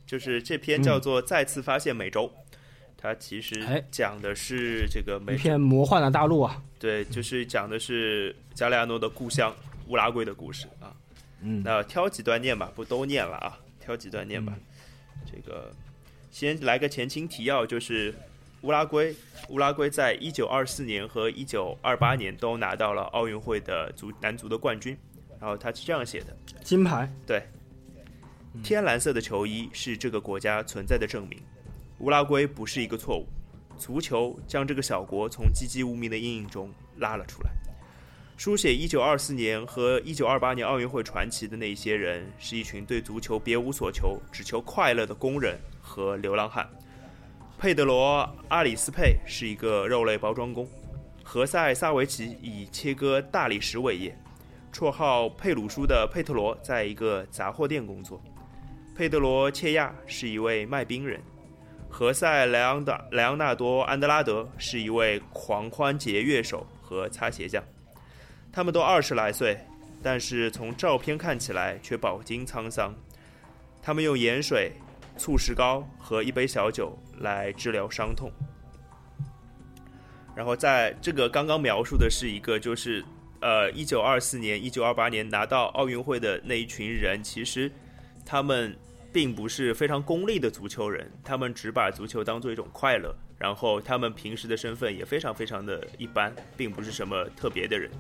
S2: 就是这篇叫做《再次发现美洲》，它其实讲的是这个
S1: 一片魔幻的大陆啊。
S2: 对，就是讲的是加利亚诺的故乡乌拉圭的故事啊。那挑几段念吧，不都念了啊，挑几段念吧。这个先来个前情提要，就是乌拉圭在1924年和1928年都拿到了奥运会的男足的冠军。然后他是这样写的：
S1: 金牌，
S2: 对，天蓝色的球衣是这个国家存在的证明。乌拉圭不是一个错误，足球将这个小国从籍籍无名的阴影中拉了出来。书写1924年和1928年奥运会传奇的那些人，是一群对足球别无所求、只求快乐的工人和流浪汉。佩德罗·阿里斯佩是一个肉类包装工，何塞·萨维奇以切割大理石为业。绰号佩鲁舒的佩特罗在一个杂货店工作。佩德罗·切亚是一位卖冰人。何塞·莱昂纳多·安德拉德是一位狂欢节乐手和擦鞋匠。他们都20来岁，但是从照片看起来却饱经沧桑。他们用盐水、醋石膏和一杯小酒来治疗伤痛。然后在这个刚刚描述的是一个就是1924年、1928年拿到奥运会的那一群人，其实他们并不是非常功利的足球人，他们只把足球当做一种快乐，然后他们平时的身份也非常非常的一般，并不是什么特别的人。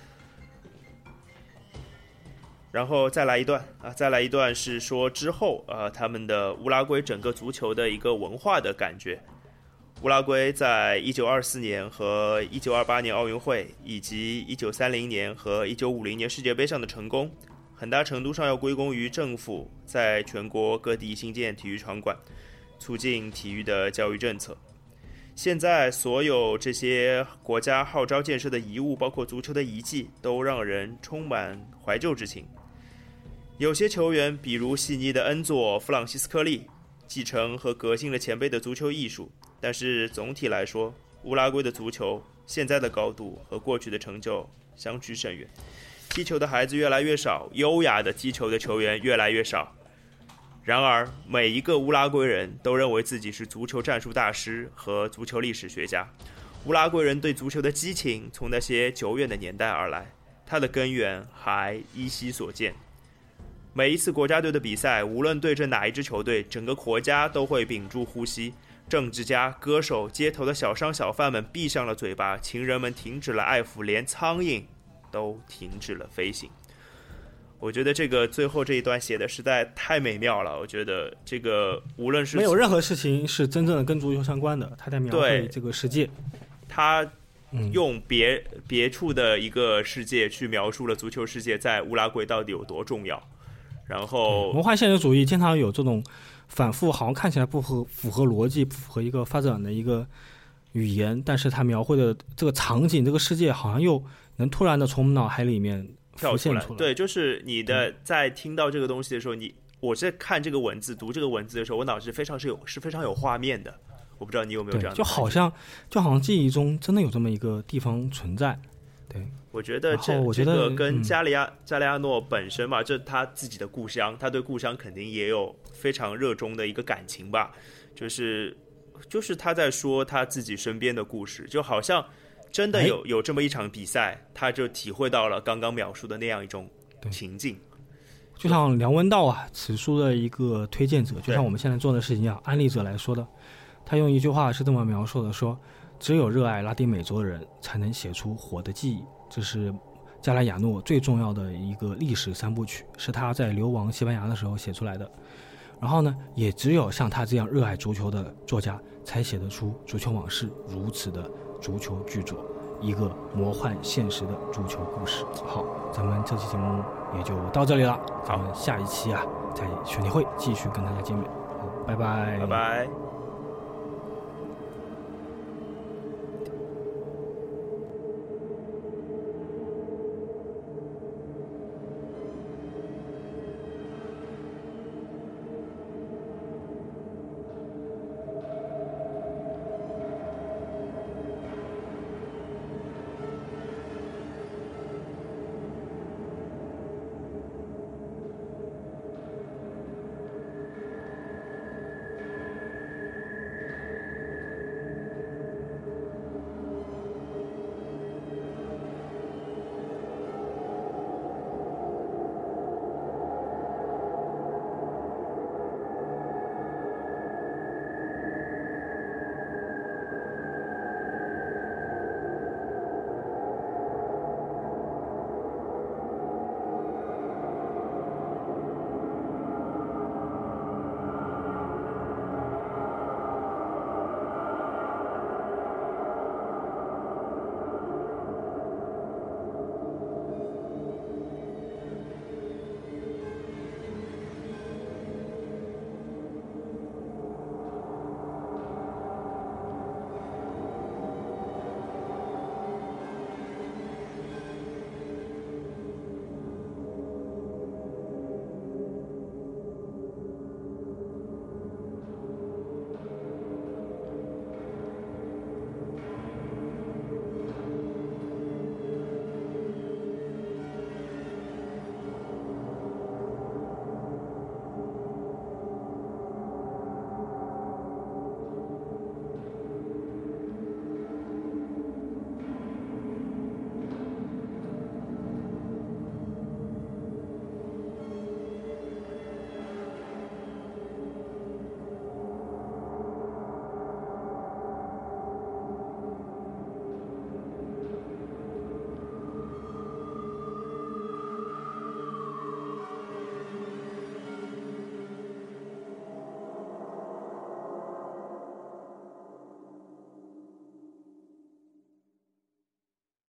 S2: 然后再来一段是说之后他们的乌拉圭整个足球的一个文化的感觉。乌拉圭在1924年和1928年奥运会以及1930年和1950年世界杯上的成功，很大程度上要归功于政府在全国各地兴建体育场馆，促进体育的教育政策。现在所有这些国家号召建设的遗物，包括足球的遗迹，都让人充满怀旧之情。有些球员，比如悉尼的恩佐·弗朗西斯科利，继承和革新了前辈的足球艺术，但是总体来说，乌拉圭的足球现在的高度和过去的成就相距甚远。踢球的孩子越来越少，优雅的踢球的球员越来越少。然而，每一个乌拉圭人都认为自己是足球战术大师和足球历史学家。乌拉圭人对足球的激情从那些久远的年代而来，它的根源还依稀所见。每一次国家队的比赛，无论对阵哪一支球队，整个国家都会屏住呼吸。政治家、歌手、街头的小商小贩们闭上了嘴巴，情人们停止了爱抚，连苍蝇都停止了飞行。我觉得这个最后这一段写的实在太美妙了。我觉得这个无论是
S1: 没有任何事情是真正的跟足球相关的，他在描绘这个世界。
S2: 他用别处的一个世界去描述了足球世界在乌拉圭到底有多重要。然后
S1: 魔幻现实主义经常有这种反复，好像看起来不符合逻辑，不符合一个发展的一个语言，但是他描绘的这个场景、这个世界，好像又能突然的从脑海里面浮现出来。
S2: 对，就是你的在听到这个东西的时候，我在看这个文字、读这个文字的时候，我脑子是非常有画面的。我不知道你有没有这样的感觉，
S1: 就好像记忆中真的有这么一个地方存在。对，
S2: 我觉得这个跟加利亚诺本身嘛，这他自己的故乡，他对故乡肯定也有非常热衷的一个感情吧。就是他在说他自己身边的故事，就好像真的有这么一场比赛，他就体会到了刚刚描述的那样一种情境。
S1: 就像梁文道此书的一个推荐者，就像我们现在做的事情一样，安利者来说的，他用一句话是这么描述的，说只有热爱拉丁美洲的人才能写出活的记忆。这是加莱亚诺最重要的一个历史三部曲，是他在流亡西班牙的时候写出来的。然后呢，也只有像他这样热爱足球的作家才写得出足球往事如此的足球巨作，一个魔幻现实的足球故事。好，咱们这期节目也就到这里了，咱们下一期在全体会继续跟大家见面。好，拜拜，
S2: 拜拜。